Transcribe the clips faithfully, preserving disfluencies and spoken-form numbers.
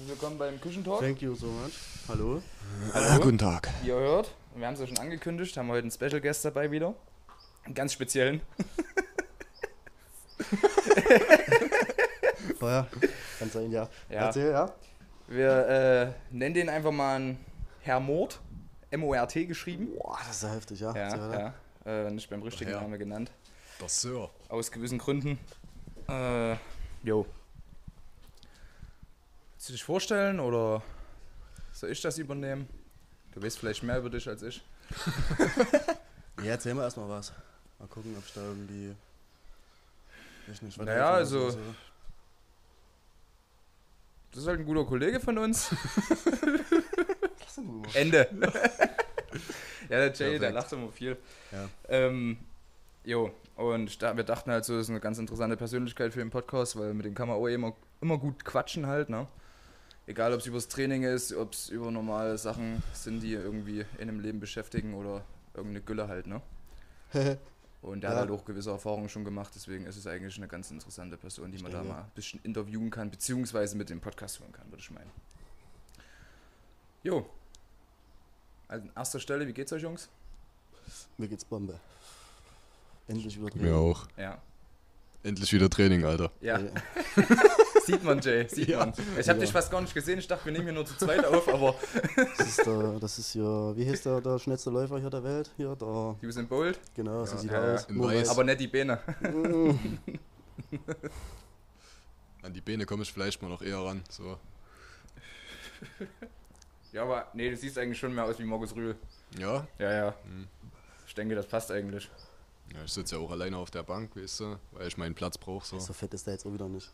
willkommen beim Küchentalk. Thank you so much. Hallo. Hallo. Ah, guten Tag. Wie ihr hört, wir haben es ja schon angekündigt, haben heute einen Special Guest dabei wieder. Einen ganz speziellen. Vorher. Kann sein, ja. Ja. Erzähl, ja. Wir äh, nennen den einfach mal einen Herr Mort. M O R T geschrieben. Boah, das ist ja heftig, ja. Ja, Erzähl, ja. Äh, nicht beim richtigen Ja. Namen genannt. Das Sir. Aus gewissen Gründen. Äh, jo. Willst du dich vorstellen oder soll ich das übernehmen? Du weißt vielleicht mehr über dich als ich. Ja, erzähl mal erstmal was. Mal gucken, ob ich da irgendwie. Ich nicht weiter Naja, helfen muss also- oder so. Das ist halt ein guter Kollege von uns. Was denn du? Ende. Ja, der Jay, Perfekt. der lacht immer viel. Ja. Ähm, jo, und da, wir dachten halt so, das ist eine ganz interessante Persönlichkeit für den Podcast, weil mit dem kann man auch immer, immer gut quatschen halt, ne? Egal, ob es übers Training ist, ob es über normale Sachen sind, die irgendwie in einem Leben beschäftigen oder irgendeine Gülle halt, ne? Und der Ja. hat halt auch gewisse Erfahrungen schon gemacht, deswegen ist es eigentlich eine ganz interessante Person, die man da denke. mal ein bisschen interviewen kann, beziehungsweise mit dem Podcast hören kann, würde ich meinen. Jo. Also an erster Stelle, wie geht's euch, Jungs? Mir geht's Bombe. Endlich wieder drin. Mir auch. Ja. Endlich wieder Training, Alter. Ja, Ey, sieht man, Jay, sieht Ja. man. Ich habe Ja. dich fast gar nicht gesehen, ich dachte, wir nehmen hier nur zu zweit auf, aber Das ist der, das ist hier, wie heißt der, der schnellste Läufer hier der Welt? Hier, der, Usain Bolt, genau, so Ja. sieht Ja, er ja. aus. In Nur weiß. weiß. aber nicht die Beine. An die Beine komme ich vielleicht mal noch eher ran. So. Ja, aber nee, du siehst eigentlich schon mehr aus wie Markus Rühl. Ja? Ja, ja. Hm. Ich denke, das passt eigentlich. Ja, ich sitze ja auch alleine auf der Bank, weißt du, weil ich meinen Platz brauche. So. So fett ist der jetzt auch wieder nicht.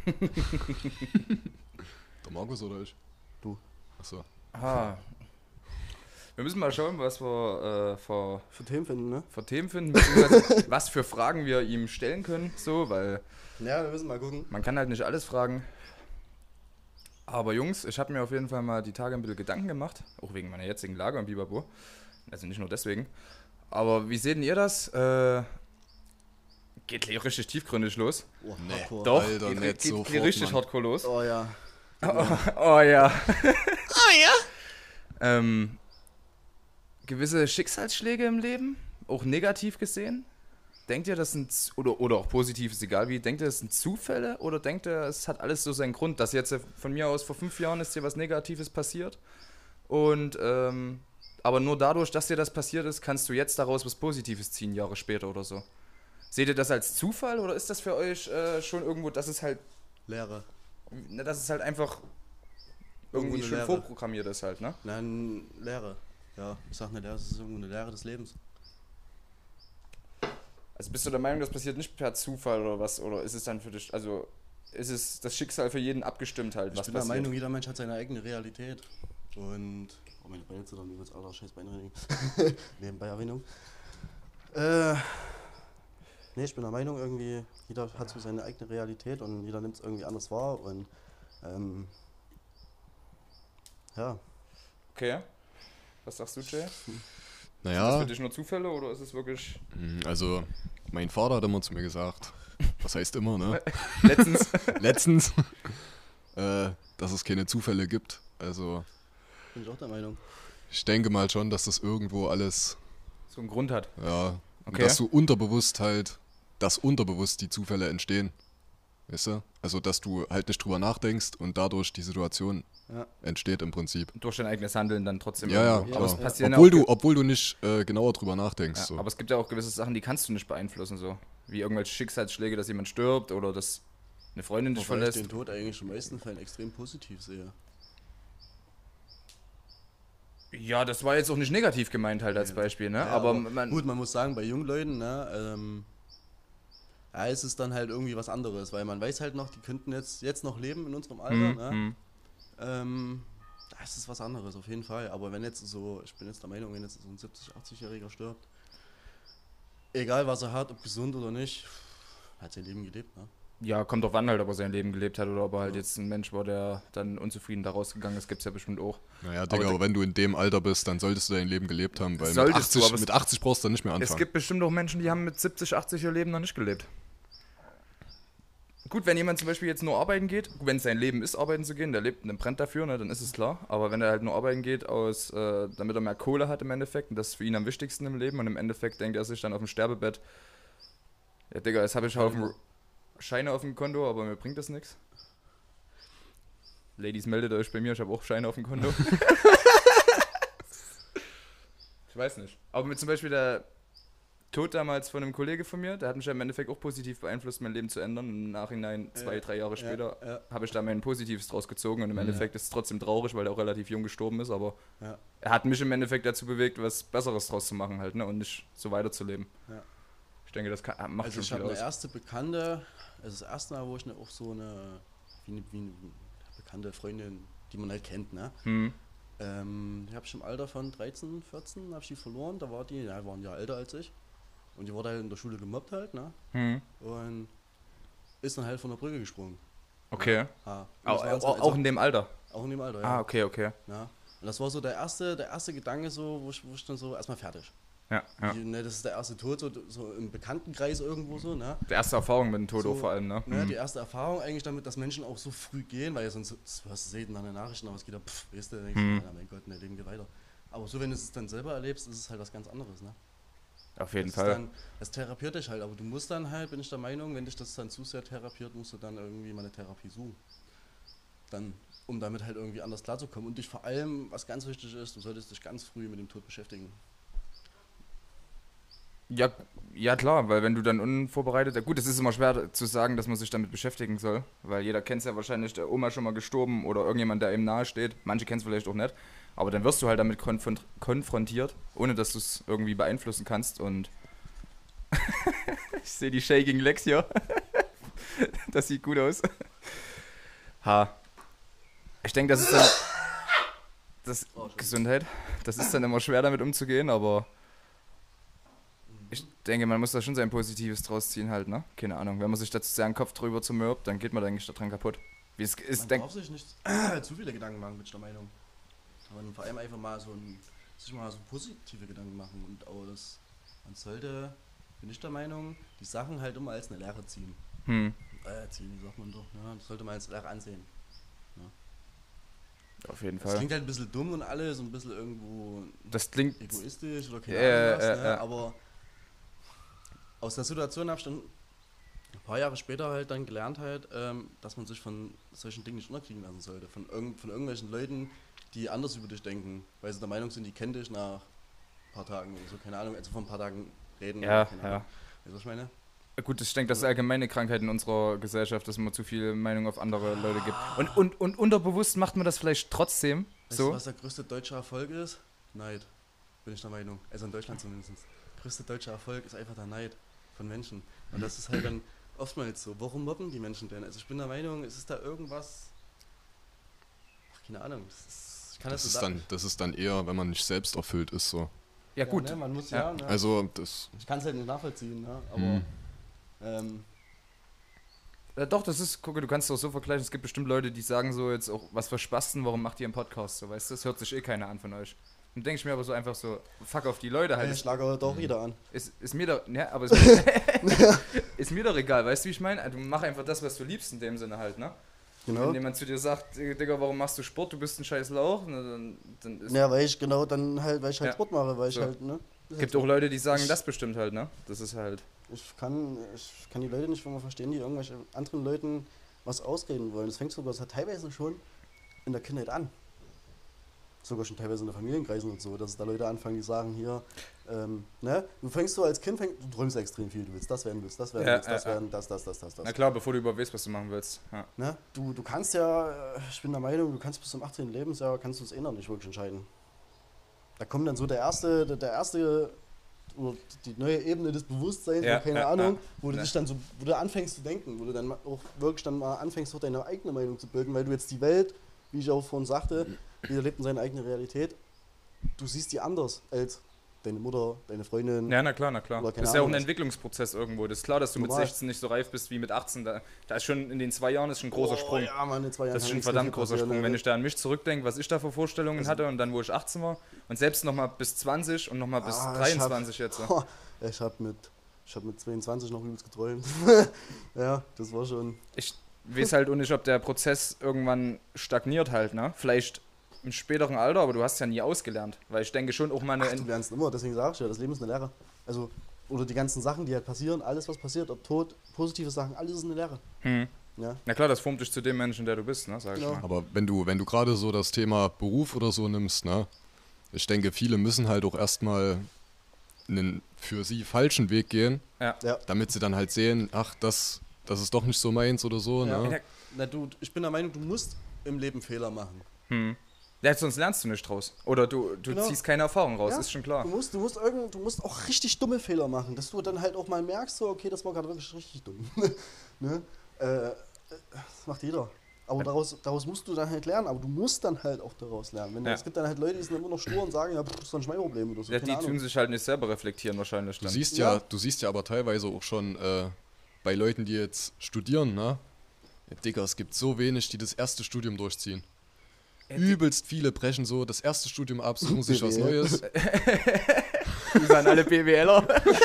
Der Markus oder ich? Du. Achso. Ah. Wir müssen mal schauen, was wir äh, für, Für Themen finden, ne? für Themen finden, beziehungsweise was für Fragen wir ihm stellen können, so, weil Ja, wir müssen mal gucken. man kann halt nicht alles fragen. Aber Jungs, ich habe mir auf jeden Fall mal die Tage ein bisschen Gedanken gemacht, auch wegen meiner jetzigen Lage und Bibabo. Also nicht nur deswegen. Aber wie seht denn ihr das? Äh, geht gleich richtig tiefgründig los. Oh, Nee. hardcore. Doch, Alter, geht, nicht geht, geht sofort, richtig Mann. hardcore los. Oh ja. Oh, oh ja. Oh ja. Ähm, gewisse Schicksalsschläge im Leben, auch negativ gesehen. Denkt ihr, das sind, Z- oder, oder auch positiv, ist egal wie, denkt ihr, das sind Zufälle oder denkt ihr, es hat alles so seinen Grund, dass jetzt äh, von mir aus vor fünf Jahren ist dir was Negatives passiert und ähm, aber nur dadurch, dass dir das passiert ist, kannst du jetzt daraus was Positives ziehen, Jahre später oder so. Seht ihr das als Zufall oder ist das für euch äh, schon irgendwo, dass es halt, Lehre. na, dass es halt einfach Irgendwo irgendwie eine schon Lehre. vorprogrammiert ist halt, ne? Nein, Lehre. Ja, ich sag eine Lehre, es ist irgendwo eine Lehre des Lebens. Also bist du der Meinung, das passiert nicht per Zufall oder was? Oder ist es dann für dich, also ist es das Schicksal für jeden abgestimmt halt, Ich was bin der passiert? Meinung, jeder Mensch hat seine eigene Realität. Und. Oh, meine Beine sind dann übrigens, alter, scheiß Beinreinigung. Nebenbei Erwähnung. Äh. Nee, ich bin der Meinung, irgendwie, jeder hat so seine eigene Realität und jeder nimmt es irgendwie anders wahr und. Ähm. Ja. Okay. Was sagst du, Jay? Ist das Naja, für dich nur Zufälle oder ist es wirklich mh, also mein Vater hat immer zu mir gesagt, was heißt immer, ne? letztens? Letztens, äh, dass es keine Zufälle gibt. Also Bin ich auch der Meinung. ich denke mal schon, dass das irgendwo alles, so einen Grund hat. ja, und Okay. dass so unterbewusst halt, dass unterbewusst die Zufälle entstehen. Weißt du? Also dass du halt nicht drüber nachdenkst und dadurch die Situation Ja. entsteht im Prinzip. Durch dein eigenes Handeln dann trotzdem. Ja, ja, irgendwo. Aber es klar. passieren Obwohl ja auch, du, obwohl du nicht äh, genauer drüber nachdenkst. ja, so. aber es gibt ja auch gewisse Sachen, die kannst du nicht beeinflussen, so. Wie irgendwelche Schicksalsschläge, dass jemand stirbt oder dass eine Freundin dich Wobei ich verlässt. den Tod eigentlich in den meisten Fällen extrem positiv sehe. Ja, das war jetzt auch nicht negativ gemeint halt als Ja. Beispiel, ne? Ja, aber, man, Gut, man muss sagen, bei jungen Leuten, ne, ähm, ja, ist es dann halt irgendwie was anderes, weil man weiß halt noch, die könnten jetzt, jetzt noch leben in unserem Alter, Hm, ne? hm. Ähm, da ist es was anderes, auf jeden Fall. Aber wenn jetzt so, ich bin jetzt der Meinung, wenn jetzt so ein siebzig-, achtzig-Jähriger stirbt, egal was er hat, ob gesund oder nicht, hat sein Leben gelebt, ne? Ja, kommt drauf an halt, ob er sein Leben gelebt hat oder ob er halt Ja. jetzt ein Mensch war, der dann unzufrieden da rausgegangen ist, gibt's ja bestimmt auch. Naja, Digga, Aber aber, wenn du in dem Alter bist, dann solltest du dein Leben gelebt haben, weil mit Solltest du, achtzig, aber es- mit achtzig brauchst du dann nicht mehr Es anfangen. gibt bestimmt auch Menschen, die haben mit siebzig, achtzig ihr Leben noch nicht gelebt. Gut, wenn jemand zum Beispiel jetzt nur arbeiten geht, wenn es sein Leben ist, arbeiten zu gehen, der lebt und der brennt dafür, ne, dann ist es klar. Aber wenn er halt nur arbeiten geht, aus, äh, damit er mehr Kohle hat im Endeffekt, und das ist für ihn am wichtigsten im Leben, und im Endeffekt denkt er sich dann auf dem Sterbebett, ja Digga, jetzt habe ich Haufen Scheine auf dem Konto, aber mir bringt das nichts. Ladies, meldet euch bei mir, ich habe auch Scheine auf dem Konto. Ich weiß nicht. Aber mit zum Beispiel der Tod damals von einem Kollege von mir, der hat mich ja im Endeffekt auch positiv beeinflusst, mein Leben zu ändern. Im Nachhinein, zwei, drei Jahre später, ja, ja. habe ich da mein Positives draus gezogen. Und im Endeffekt ja. ist es trotzdem traurig, weil er auch relativ jung gestorben ist. Aber ja. er hat mich im Endeffekt dazu bewegt, was Besseres draus zu machen halt, ne? Und nicht so weiterzuleben. Ja. Ich denke, das kann, macht also schon viel aus. Also ich habe eine erste Bekannte, also das erste Mal, wo ich ne, auch so eine, wie eine, wie eine bekannte Freundin, die man halt kennt, ne? Hm. Ähm, die habe ich im Alter von dreizehn, vierzehn, habe ich die verloren. Da war die, ja, waren ja älter als ich. Und die wurde halt in der Schule gemobbt halt, ne? Hm. Und ist dann halt von der Brücke gesprungen. Okay. Ja. Auch, also, auch in dem Alter? Auch in dem Alter, ja. Ah, okay, okay. Ja. Und das war so der erste, der erste Gedanke, so, wo, ich, wo ich dann so erstmal fertig. Ja, ja. Die, ne, das ist der erste Tod, so, so im Bekanntenkreis irgendwo so, ne? Die erste Erfahrung mit dem Tod so, auch vor allem, ne? ne? Mhm. Die erste Erfahrung eigentlich damit, dass Menschen auch so früh gehen, weil ja sonst, das hörst du selten an den Nachrichten, aber es geht ja, pff, weißt du, denkst du, mhm. mein Gott, ne, Leben geht weiter. Aber so, wenn du es dann selber erlebst, ist es halt was ganz anderes, ne? Auf jeden das Fall. Dann, das therapiert dich halt, aber du musst dann halt, bin ich der Meinung, wenn dich das dann zu sehr therapiert, musst du dann irgendwie mal eine Therapie suchen. Dann, um damit halt irgendwie anders klarzukommen. Und dich vor allem, was ganz wichtig ist, du solltest dich ganz früh mit dem Tod beschäftigen. Ja, ja klar, weil wenn du dann unvorbereitet, gut, es ist immer schwer zu sagen, dass man sich damit beschäftigen soll, weil jeder kennt es ja wahrscheinlich, der Oma schon mal gestorben oder irgendjemand, der ihm nahe steht, manche kennen es vielleicht auch nicht, aber dann wirst du halt damit konf- konfrontiert, ohne dass du es irgendwie beeinflussen kannst und ich sehe die Shaking Legs hier, das sieht gut aus. Ha. Ich denke, das ist dann, das, oh, Gesundheit, das ist dann immer schwer damit umzugehen, aber ich denke, man muss da schon sein Positives draus ziehen halt, ne? Keine Ahnung. Wenn man sich da sehr den Kopf drüber zermürbt, dann geht man da eigentlich daran kaputt. Wie es ist, man denk- darf sich nicht zu viele Gedanken machen, bin ich der Meinung. Aber vor allem einfach mal so ein, sich mal so positive Gedanken machen und auch das, man sollte, bin ich der Meinung, die Sachen halt immer als eine Lehre ziehen. Hm. Äh, ziehen, wie sagt man doch, ne? Das sollte man als Lehre ansehen. Ja. Auf jeden das Fall. Das klingt halt ein bisschen dumm und alles, ein bisschen irgendwo das klingt egoistisch oder keine äh, Ahnung was, äh, ne? äh. Aber aus der Situation habe ich dann ein paar Jahre später halt dann gelernt halt, ähm, dass man sich von solchen Dingen nicht unterkriegen lassen sollte. Von, irg- von irgendwelchen Leuten, die anders über dich denken, weil sie der Meinung sind, die kennen dich nach ein paar Tagen oder so, keine Ahnung, also von ein paar Tagen reden. Ja, keine ja. Ahnung. Weißt du, was ich meine? Gut, ich denke, das ist allgemeine Krankheit in unserer Gesellschaft, dass man zu viel Meinung auf andere Leute gibt. Und, und, und unterbewusst macht man das vielleicht trotzdem. Weißt so? du, was der größte deutsche Erfolg ist? Neid. Bin ich der Meinung. Also in Deutschland zumindest. Der größte deutsche Erfolg ist einfach der Neid von Menschen. Und das ist halt dann oftmals so. Warum mobben die Menschen denn? Also ich bin der Meinung, es ist da irgendwas. Ach, keine Ahnung. Das ist, ich kann das, das, so ist dann, das ist dann eher, wenn man nicht selbst erfüllt ist, so. Ja, gut. Ja, ne, man muss ja. ja ne? Also, das. Ich kann es halt nicht nachvollziehen, ne? Aber. Hm. Ähm, Ja, doch, das ist, gucke, du kannst es auch so vergleichen, es gibt bestimmt Leute, die sagen so jetzt auch, was für Spasten, warum macht ihr einen Podcast, so, weißt du, das hört sich eh keiner an von euch. Dann denke ich mir aber so einfach so, fuck auf die Leute halt. ich schlage doch wieder an. Ist, ist mir doch, ja, aber ist mir, ist mir doch egal, weißt du, wie ich meine? Du mach einfach das, was du liebst in dem Sinne halt, ne? Genau. Wenn jemand zu dir sagt, Digga, warum machst du Sport, du bist ein scheiß Lauch, dann, dann ist... Ja, weil ich genau dann halt, weil ich halt ja. Sport mache, weil ich so. halt, ne? Es gibt auch Leute, die sagen, das bestimmt halt, ne? Das ist halt... Ich kann, ich kann die Leute nicht mal verstehen, die irgendwelche anderen Leuten was ausreden wollen. Das fängt sogar das hat teilweise schon in der Kindheit an. Sogar schon teilweise in der Familienkreisen und so, dass da Leute anfangen, die sagen hier, ähm, ne, du fängst so als Kind, fängst, du träumst extrem viel, du willst das werden, willst das werden, ja, willst das äh, werden, das, das, das, das, das. Na klar, bevor du überhaupt weißt, was du machen willst. Ja. Ne? Du, du kannst ja, ich bin der Meinung, du kannst bis zum achtzehnten Lebensjahr, kannst du es eh noch nicht wirklich entscheiden. Da kommt dann so der erste, der, der erste, oder die neue Ebene des Bewusstseins, ja, oder keine ja, Ahnung, ja. wo du ja. dich dann so, wo du anfängst zu denken, wo du dann auch wirklich dann mal anfängst, auch deine eigene Meinung zu bilden, weil du jetzt die Welt, wie ich auch vorhin sagte, jeder lebt in seiner eigenen Realität, du siehst die anders als deine Mutter, deine Freundin. Ja, na klar, na klar. Das ist ja auch ein Entwicklungsprozess irgendwo. Das ist klar, dass du Normal. mit sechzehn nicht so reif bist wie mit achtzehn. Da, da ist schon in den zwei Jahren ist schon ein großer oh, Sprung. Ja, Mann, in zwei Jahren das ist schon ein verdammt großer Sprung. Ne? Wenn ich da an mich zurückdenke, was ich da für Vorstellungen also, hatte und dann, wo ich achtzehn war und selbst nochmal bis zwanzig und nochmal bis ah, dreiundzwanzig ich hab, jetzt. Oh, ich hab mit, Ich habe mit zweiundzwanzig noch übelst geträumt. Ja, das war schon... Ich weiß halt auch nicht, ob der Prozess irgendwann stagniert halt, ne? Vielleicht im späteren Alter, aber du hast ja nie ausgelernt. Weil ich denke schon auch mal eine... Ach, du lernst immer, deswegen sag ich ja, das Leben ist eine Lehre. Also, oder die ganzen Sachen, die halt passieren, alles was passiert, ob Tod, positive Sachen, alles ist eine Lehre. Hm. Ja. Na klar, das formt dich zu dem Menschen, der du bist, ne? Sag ich Ja. mal. Aber wenn du, wenn du gerade so das Thema Beruf oder so nimmst, ne? Ich denke, viele müssen halt auch erstmal einen für sie falschen Weg gehen, Ja. Ja. damit sie dann halt sehen, ach, das, das ist doch nicht so meins oder so, Ja. ne? Na, du, ich bin der Meinung, du musst im Leben Fehler machen. Hm. Ja, sonst lernst du nicht draus. Oder du, du Genau. ziehst keine Erfahrung raus, Ja, ist schon klar. Du musst, du, musst irgend, du musst auch richtig dumme Fehler machen, dass du dann halt auch mal merkst, so, okay, das war gerade wirklich richtig dumm. Ne? äh, das macht jeder. Aber daraus, daraus musst du dann halt lernen, aber du musst dann halt auch daraus lernen. Wenn, Ja. Es gibt dann halt Leute, die sind immer noch stur und sagen, ja, pff, das ist doch nicht mein Problem oder so. Ja, keine die Ahnung. tun sich halt nicht selber reflektieren wahrscheinlich Du dann. siehst ja, Ja. du siehst ja aber teilweise auch schon äh, bei Leuten, die jetzt studieren, ne? Ja, Digga, es gibt so wenig, die das erste Studium durchziehen. Ja, die- Übelst viele brechen so das erste Studium ab, suchen sich was B W L. Neues. Die sind alle BWLer.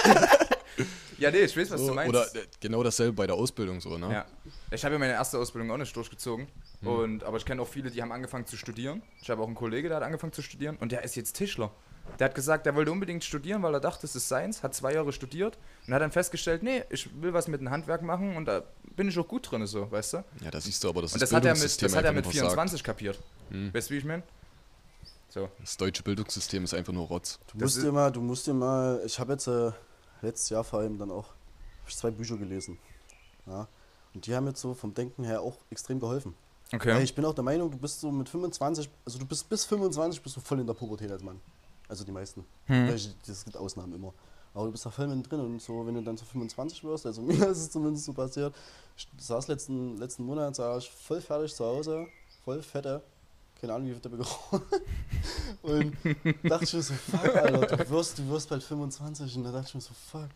Ja, nee, ich weiß, was So, du meinst. oder äh, genau dasselbe bei der Ausbildung so, ne? Ja. Ich habe ja meine erste Ausbildung auch nicht durchgezogen. Und, aber ich kenne auch viele, die haben angefangen zu studieren. Ich habe auch einen Kollege, der hat angefangen zu studieren und der ist jetzt Tischler. Der hat gesagt, der wollte unbedingt studieren, weil er dachte, es ist seins, hat zwei Jahre studiert und hat dann festgestellt, nee, ich will was mit dem Handwerk machen und da bin ich auch gut drin, so, weißt du? Ja, da siehst du aber, dass Und das, das hat er mit, Bildungssystem das hat er einfach mit nur versagt. vierundzwanzig kapiert. Hm. Weißt du, wie ich meine? So. Das deutsche Bildungssystem ist einfach nur Rotz. Du Das musst ist- dir mal, du musst dir mal, ich habe jetzt äh, letztes Jahr vor allem dann auch hab ich zwei Bücher gelesen. Ja. Und die haben jetzt so vom Denken her auch extrem geholfen. Okay. Weil ich bin auch der Meinung, du bist so mit fünfundzwanzig, also du bist bis fünfundzwanzig bist du voll in der Pubertät als Mann. Also die meisten. Hm. Welche- Es gibt Ausnahmen immer. Aber du bist da voll mit drin und so, wenn du dann so fünfundzwanzig wirst, also mir ist es zumindest so passiert, ich saß letzten, letzten Monat, sah ich voll fertig zu Hause, voll fette, keine Ahnung wie viel der bekommen. Und dachte ich mir so, fuck, Alter, du wirst, du wirst bald fünfundzwanzig und da dachte ich mir so, fuck.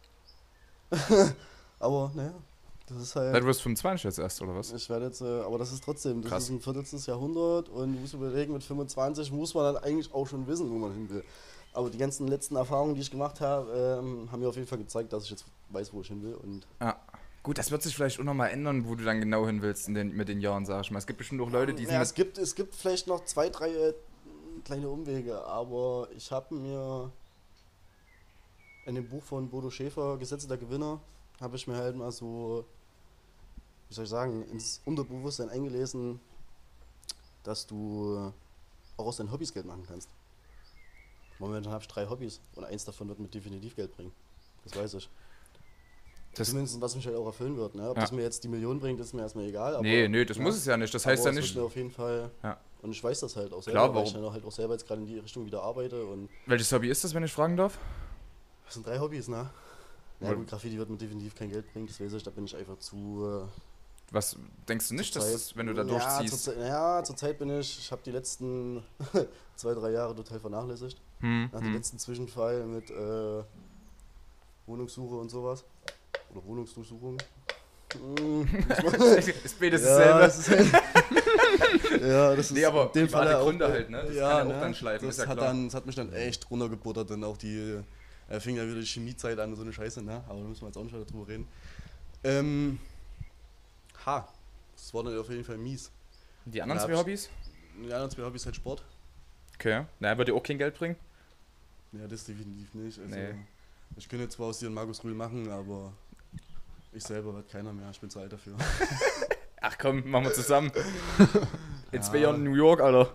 Aber naja, das ist halt... Du wirst fünfundzwanzig jetzt erst, oder was? Ich werde jetzt, äh, aber das ist trotzdem, das Krass. ist ein viertelstes Jahrhundert und du musst überlegen, mit fünfundzwanzig muss man dann eigentlich auch schon wissen, wo man hin will. Aber die ganzen letzten Erfahrungen, die ich gemacht habe, ähm, haben mir auf jeden Fall gezeigt, dass ich jetzt weiß, wo ich hin will. Und Ja. Gut, das wird sich vielleicht auch nochmal ändern, wo du dann genau hin willst in den, mit den Jahren, sag ich mal. Es gibt bestimmt auch Leute, die sind ja, mit- es, gibt, es gibt vielleicht noch zwei, drei äh, kleine Umwege, aber ich habe mir in dem Buch von Bodo Schäfer, Gesetze der Gewinner, habe ich mir halt mal so, wie soll ich sagen, ins Unterbewusstsein eingelesen, dass du auch aus deinen Hobbys Geld machen kannst. Momentan habe ich drei Hobbys und eins davon wird mir definitiv Geld bringen. Das weiß ich. Das, Zumindest was mich halt auch erfüllen wird. Ne? Ob Ja. das mir jetzt die Million bringt, ist mir erstmal egal. Aber, nee, nee, das ja. muss es ja nicht. Das heißt aber ja es nicht. wird mir auf jeden Fall. Ja. Und ich weiß das halt auch selber, Klar, weil warum? ich dann auch halt auch selber jetzt gerade in die Richtung wieder arbeite. Und Welches Hobby ist das, wenn ich fragen darf? das sind drei Hobbys, ne? Ja Weil- gut, Graffiti wird mir definitiv kein Geld bringen, das weiß ich, da bin ich einfach zu. Äh, Was denkst du nicht, dass Zeit- das, wenn du da ja, durchziehst? Zur, Ze- ja, zurzeit bin ich, ich habe die letzten zwei, drei Jahre total vernachlässigt. Hm, Nach dem hm. letzten Zwischenfall mit äh, Wohnungssuche und sowas. Oder Wohnungsdurchsuchung. Mm, ist beides ja, dasselbe. das ist halt, ja, das ist Nee, aber in dem private Fall auch, Gründe halt, ne? Das ja, kann ja auch ne? dann schleifen, das ist ja hat klar. Dann, das hat mich dann echt runtergebuttert, dann auch die, äh, fing ja wieder die Chemiezeit an und so eine Scheiße, ne? Aber da müssen wir jetzt auch nicht weiter drüber reden. Ähm, ha, das war dann auf jeden Fall mies. Die anderen Ja, zwei hab ich- Hobbys? Die anderen zwei Hobbys halt Sport. Okay. Na, würde dir auch kein Geld bringen? Ja, das definitiv nicht. Also, Nee. Ich könnte zwar aus dir einen Markus Rühl machen, aber ich selber wird keiner mehr, ich bin zu alt dafür. Ach komm, machen wir zusammen. In zwei Ja. Jahren in New York, Alter.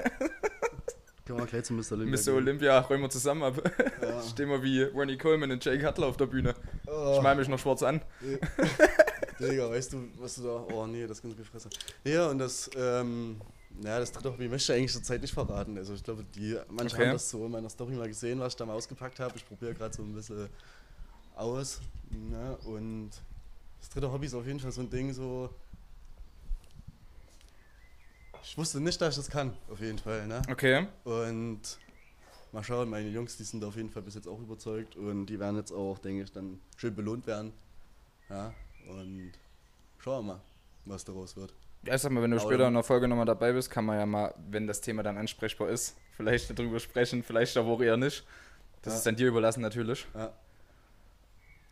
Können wir gleich zu Mister Olympia Mister gehen. Olympia, räumen wir zusammen ab. Ja. Stehen wir wie Ronnie Coleman und Jake Cutler auf der Bühne. Oh. Ich mal mich noch schwarz an. Digga, weißt du, was du da. Oh nee, das kannst du gefressen. Ja, und das, ähm, ja, das dritte Hobby möchte ich eigentlich zur Zeit nicht verraten. Also ich glaube, die, manche Okay. haben das so in meiner Story mal gesehen, was ich da mal ausgepackt habe. Ich probiere gerade so ein bisschen aus. Ne? Und das dritte Hobby ist auf jeden Fall so ein Ding, so. Ich wusste nicht, dass ich das kann, auf jeden Fall. Ne? Okay. Und mal schauen, meine Jungs, die sind auf jeden Fall bis jetzt auch überzeugt und die werden jetzt auch, denke ich, dann schön belohnt werden. Ja, und schauen wir mal, was daraus wird. Ja, ich sag mal, wenn du Aber später dann- in der Folge nochmal dabei bist, kann man ja mal, wenn das Thema dann ansprechbar ist, vielleicht darüber sprechen, vielleicht aber auch eher nicht. Das Ja. ist dann dir überlassen natürlich. Ja.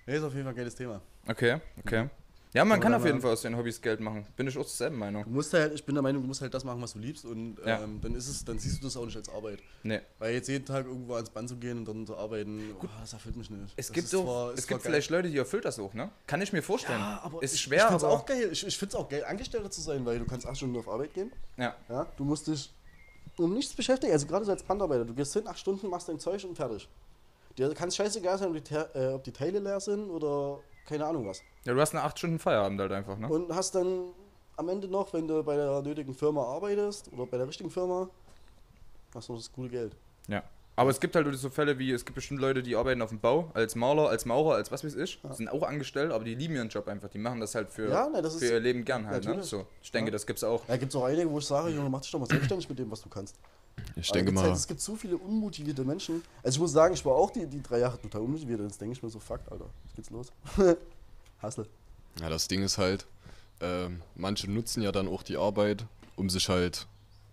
Nee, ist auf jeden Fall ein geiles Thema. Okay, okay. Ja, man Aber kann dann auf jeden mal- Fall aus den Hobbys Geld machen. Bin ich auch derselben Du Meinung. musst halt, ich bin der Meinung, du musst halt das machen, was du liebst und Ja. ähm, dann ist es, dann siehst du das auch nicht als Arbeit. Nee. Weil jetzt jeden Tag irgendwo ans Band zu gehen und dann zu arbeiten, oh, das erfüllt mich nicht. Es das gibt ist doch, zwar- es ist zwar gibt geil. vielleicht Leute, die erfüllt das auch, ne? Kann ich mir vorstellen. Ja, aber ist ich, schwer, ich find's aber auch geil. Ich, ich find's auch geil, Angestellter zu sein, weil du kannst acht Stunden auf Arbeit gehen. ja. Ja, du musst dich um nichts beschäftigen. Also gerade so als Bandarbeiter, du gehst hin, acht Stunden, machst dein Zeug und fertig. Dir kann es scheißegal sein, ob die, Te- äh, ob die Teile leer sind oder keine Ahnung was. Ja, du hast eine acht Stunden Feierabend halt einfach, ne? Und hast dann am Ende noch, wenn du bei der nötigen Firma arbeitest oder bei der richtigen Firma, hast du noch das gute Geld. Ja. Aber es gibt halt so Fälle wie, es gibt bestimmt Leute, die arbeiten auf dem Bau, als Maler, als Maurer, als was weiß ich, Ja. sind auch angestellt, aber die lieben ihren Job einfach. Die machen das halt für, Ja, ne, das für ist- ihr Leben gern halt, ne? natürlich. So. Ich denke, Ja. das gibt's auch. Da gibt es auch einige, wo ich sage, Junge, mach dich doch mal selbstständig mit dem, was du kannst. Ich Aber denke gibt's mal, Halt, es gibt so viele unmotivierte Menschen. Also ich muss sagen, ich war auch die, die drei Jahre total unmotiviert. Und jetzt denke ich mir so, fuck, Alter, was geht's los? Hassel. ja, das Ding ist halt, ähm, manche nutzen ja dann auch die Arbeit, um sich halt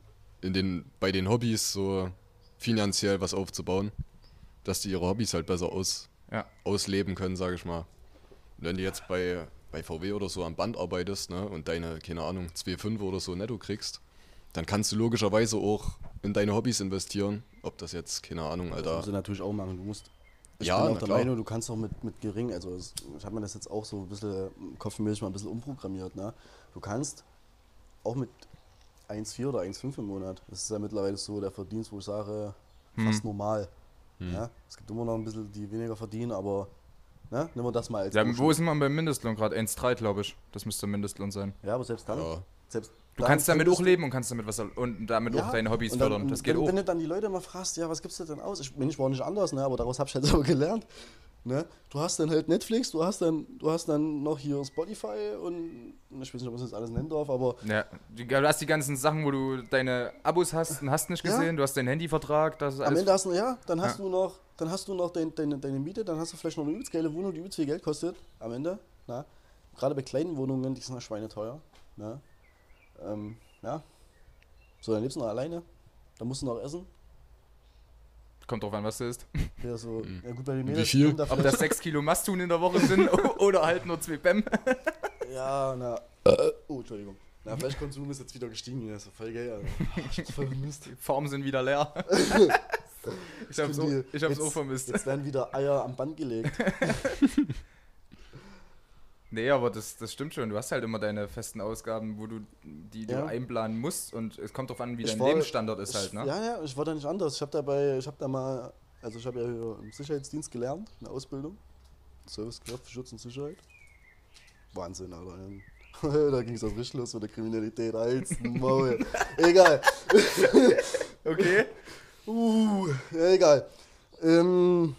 in den, bei den Hobbys so finanziell was aufzubauen, dass die ihre Hobbys halt besser aus, Ja. ausleben können, sage ich mal. Und wenn du jetzt bei, bei V W oder so am Band arbeitest, ne, und deine, keine Ahnung, zwei Komma fünf oder so netto kriegst, dann kannst du logischerweise auch in deine Hobbys investieren. Ob das jetzt, keine Ahnung, Das Alter. musst du natürlich auch machen. Du musst. Ich Ja, bin na auch der klar. Meinung, du kannst auch mit, mit gering, also es, ich habe mir das jetzt auch so ein bisschen kopfmäßig mal ein bisschen umprogrammiert, ne? Du kannst auch mit eins Komma vier oder eins Komma fünf im Monat, das ist ja mittlerweile so der Verdienst, wo ich sage, fast normal. Hm. Ja? Es gibt immer noch ein bisschen, die weniger verdienen, aber ne? Nehmen wir das mal als Ja, Durchschnitt. wo sind wir beim Mindestlohn gerade? eins Komma drei, glaube ich. Das müsste der Mindestlohn sein. Ja, aber selbst dann, Ja. selbst Du dann kannst damit könntest auch du- leben und kannst damit was und damit auch deine Hobbys und dann, fördern. Das und geht wenn, auch. Wenn du dann die Leute mal fragst, ja, was gibst du denn aus? Ich bin ich war nicht anders, ne? Aber daraus habe ich halt so gelernt. Ne? Du hast dann halt Netflix, du hast dann, du hast dann noch hier Spotify und ich weiß nicht, ob ich das jetzt alles nennen darf, aber Ja, die- du hast die ganzen Sachen, wo du deine Abos hast und hast nicht Ja. gesehen, du hast deinen Handyvertrag, das ist am alles. Ende hast du, ja, dann hast Ja. du noch, dann hast du noch dein, deine, deine Miete, dann hast du vielleicht noch eine übelst geile Wohnung, die übelst viel Geld kostet am Ende. Na? Gerade bei kleinen Wohnungen, die sind ja schweineteuer. Ne? Ähm, ja. So, dann lebst du noch alleine, dann musst du noch essen. Kommt drauf an, was du isst. Ja, so, Mhm. ja gut, bei den Wie Mädels viel? kommt da Ob vielleicht- das sechs Kilo Mastun in der Woche sind oder halt nur zwei Bäm. Ja, na. Oh, Entschuldigung. Na, Fleischkonsum ist jetzt wieder gestiegen, das ist ja voll geil, Alter. Ich hab's voll vermisst. Die Farmen sind wieder leer. Ich hab's, bin auch, die- ich hab's jetzt- auch vermisst. Jetzt werden wieder Eier am Band gelegt. Nee, aber das, das stimmt schon. Du hast halt immer deine festen Ausgaben, wo du die du Ja. einplanen musst und es kommt drauf an, wie Ich dein war- Lebensstandard ist Ich- halt, ne? Ja, ja, ich war da nicht anders. Ich habe dabei, ich habe da mal, also ich habe ja hier im Sicherheitsdienst gelernt, eine Ausbildung. Servicekraft für Schutz und Sicherheit. Wahnsinn, Alter. Da ging es auch richtig los mit der Kriminalität. Als Maul. Egal. Okay. Uh, ja, egal. Ähm,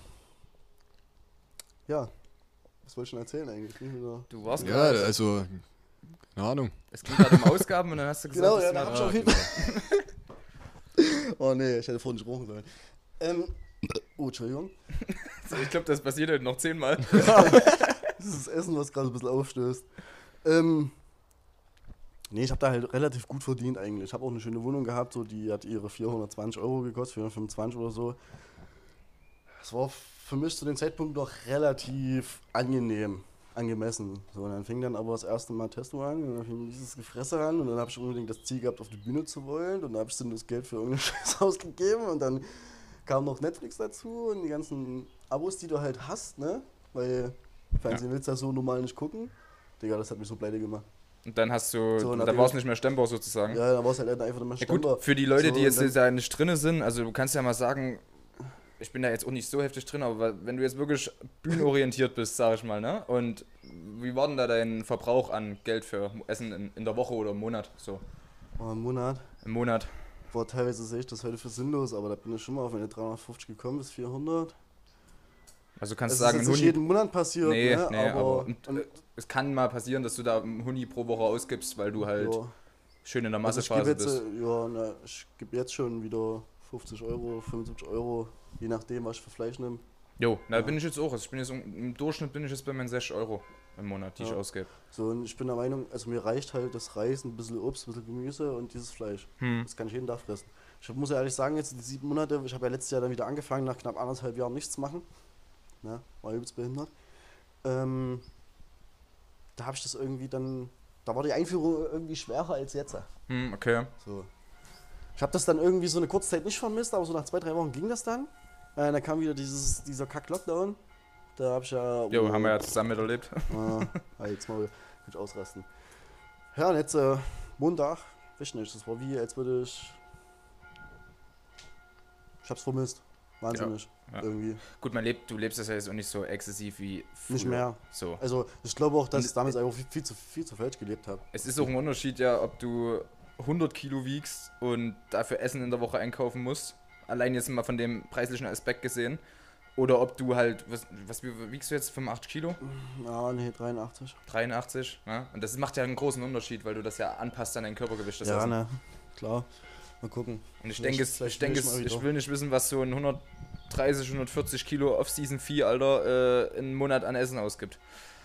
ja, was wollte ich schon erzählen eigentlich? Ich bin wieder- Du warst Ja, gerade. also, keine Ahnung. Es ging gerade um Ausgaben und dann hast du gesagt, Genau, das ja, sind da halt- hab ich auf jeden Fall. Oh nee, ich hätte vorhin nicht rochen sollen. Ähm, oh, Entschuldigung. Ich glaube, das passiert heute noch zehnmal. Das ist das Essen, was gerade ein bisschen aufstößt. Ähm, nee, ich habe da halt relativ gut verdient eigentlich. Ich habe auch eine schöne Wohnung gehabt, so, die hat ihre vierhundertzwanzig Euro gekostet, vierhundertfünfundzwanzig oder so. Das war für mich zu dem Zeitpunkt noch relativ angenehm, angemessen. So, und dann fing dann aber das erste Mal Testo an und dann fing dieses Gefresse an und dann habe ich unbedingt das Ziel gehabt, auf die Bühne zu wollen und dann habe ich dann das Geld für irgendeinen Scheiß ausgegeben und dann kam noch Netflix dazu und die ganzen Abos, die du halt hast, ne? Weil Fernsehen willst du ja so normal nicht gucken. Digga, das hat mich so pleite gemacht. Und dann hast du, So, da nachdem war es ich- nicht mehr stemmbar sozusagen. Ja, da war es halt einfach immer Ja Stempel. gut, für die Leute, So, die jetzt und dann- da nicht drinne sind, also du kannst ja mal sagen, ich bin da jetzt auch nicht so heftig drin, aber wenn du jetzt wirklich bühnenorientiert bist, sag ich mal, ne? Und wie war denn da dein Verbrauch an Geld für Essen in, in der Woche oder im Monat? So, Oh, im Monat. im Monat. Boah, teilweise sehe ich das heute für sinnlos, aber da bin ich schon mal auf meine dreihundertfünfzig gekommen bis vierhundert. Also du kannst Das sagen, ist ein jetzt nicht Huni. jeden Monat passiert, Nee, ne? nee, aber, aber und, und, äh, es kann mal passieren, dass du da einen Huni pro Woche ausgibst, weil du halt ja. schön in der Also ich Massephase gebe jetzt, bist. äh, ja, na, ich gebe jetzt schon wieder fünfzig Euro, fünfundsiebzig Euro, je nachdem, was ich für Fleisch nehme. Jo, da Ja. bin ich jetzt auch. Also ich bin jetzt um- im Durchschnitt bin ich jetzt bei meinen sechzig Euro im Monat, die ich Ja. ausgebe. So, und ich bin der Meinung, also mir reicht halt das Reis, ein bisschen Obst, ein bisschen Gemüse und dieses Fleisch. Hm. Das kann ich jeden Tag fressen. Ich muss ja ehrlich sagen, jetzt die sieben Monate, ich habe ja letztes Jahr dann wieder angefangen, nach knapp anderthalb Jahren nichts zu machen. Ne? War übelst behindert. Ähm, da habe ich das irgendwie dann, da war die Einführung irgendwie schwerer als jetzt. Hm, okay. So. Ich habe das dann irgendwie so eine kurze Zeit nicht vermisst, aber so nach zwei, drei Wochen ging das dann. Äh, dann kam wieder dieses, dieser Kack-Lockdown. Da habe ich ja... Jo, oh, haben wir ja zusammen miterlebt. Ah, halt, jetzt mal kann ich ausrasten. Ja, und jetzt äh, Montag, weiß nicht, das war wie, als würde ich... Ich hab's vermisst. Wahnsinnig. Ja, ja. Irgendwie. Gut, man lebt, du lebst das ja jetzt auch nicht so exzessiv wie früher. Nicht mehr. So. Also ich glaube auch, dass Und ich damals einfach viel, viel, zu, viel zu falsch gelebt habe. Es ist auch ein Unterschied, ja, ob du hundert Kilo wiegst und dafür Essen in der Woche einkaufen musst. Allein jetzt mal von dem preislichen Aspekt gesehen. Oder ob du halt, was, was wiegst du jetzt, fünfundachtzig Kilo? Ja, nee, dreiundachtzig. dreiundachtzig, ja. Und das macht ja einen großen Unterschied, weil du das ja anpasst an dein Körpergewicht. Das Ja, Essen. ne, klar. Mal gucken. Und ich Vielleicht- denke, es, vielleicht ich, denke will ich es, mal ich wieder. will nicht wissen, was so ein hundertdreißig, hundertvierzig Kilo Off-Season-Vieh, Alter, äh, einen Monat an Essen ausgibt.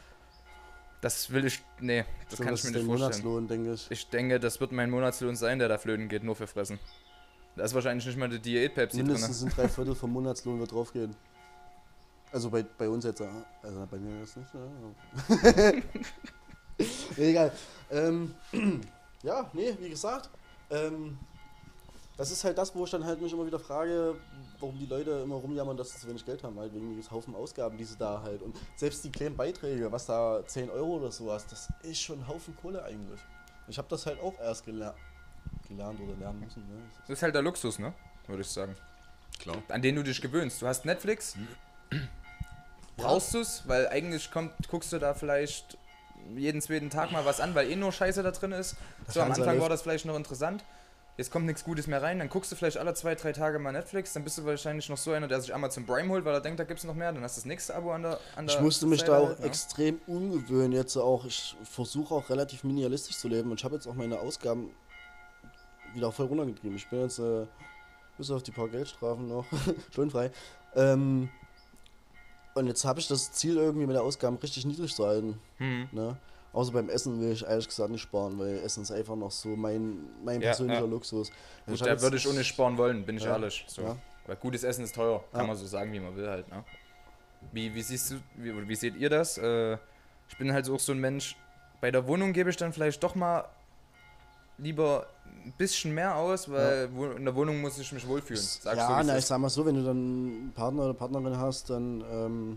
Das will ich, nee, das So, kann das ich mir ist nicht der vorstellen. Monatslohn, denke ich. Ich denke, das wird mein Monatslohn sein, der da flöten geht, nur für Fressen. Da ist wahrscheinlich nicht mal die Diät-Pepsi drin. Mindestens sind drei Viertel vom Monatslohn wird draufgehen. Also bei, bei uns jetzt, ja. Also bei mir jetzt nicht. Ja. Nee, egal. Ähm, ja, nee, wie gesagt. Ähm, das ist halt das, wo ich dann halt mich immer wieder frage, warum die Leute immer rumjammern, dass sie zu wenig Geld haben, halt wegen dieses Haufen Ausgaben, die sie da halt. Und selbst die kleinen Beiträge, was da zehn Euro oder sowas, das ist schon ein Haufen Kohle eigentlich. Ich habe das halt auch erst geler gelernt oder lernen müssen. Ne? Das ist halt der Luxus, ne? Würde ich sagen. Klar. An den du dich gewöhnst. Du hast Netflix. Brauchst du es? Weil eigentlich kommt, guckst du da vielleicht jeden zweiten Tag mal was an, weil eh nur Scheiße da drin ist. So am Fernseher Anfang war läuft. das vielleicht noch interessant. Jetzt kommt nichts Gutes mehr rein, dann guckst du vielleicht alle zwei, drei Tage mal Netflix, dann bist du wahrscheinlich noch so einer, der sich Amazon Prime holt, weil er denkt, da gibt's noch mehr, dann hast du das nächste Abo an der an der Ich musste mich Seite da auch halt, ne? extrem umgewöhnen jetzt auch. Ich versuche auch relativ minimalistisch zu leben und ich habe jetzt auch meine Ausgaben wieder voll runtergetrieben. Ich bin jetzt äh, bis auf die paar Geldstrafen noch stundenfrei. Ähm, und jetzt habe ich das Ziel irgendwie meine Ausgaben richtig niedrig zu halten. Hm. Ne? Außer beim Essen will ich ehrlich gesagt nicht sparen, weil Essen ist einfach noch so mein, mein Ja, persönlicher ja. Luxus. Gut, Ich hab da jetzt- würde ich auch nicht sparen wollen, bin ich Ja, ehrlich. So. ja. Weil gutes Essen ist teuer, kann Ja. man so sagen, wie man will halt. Ne? Wie, wie siehst du, wie, oder wie seht ihr das? Äh, ich bin halt auch so ein Mensch, bei der Wohnung gebe ich dann vielleicht doch mal lieber ein bisschen mehr aus, weil wo- in der Wohnung muss ich mich wohlfühlen. Sagst ja, du, wie es na, ich ist. sag mal so, wenn du dann einen Partner oder Partnerin hast, dann ähm,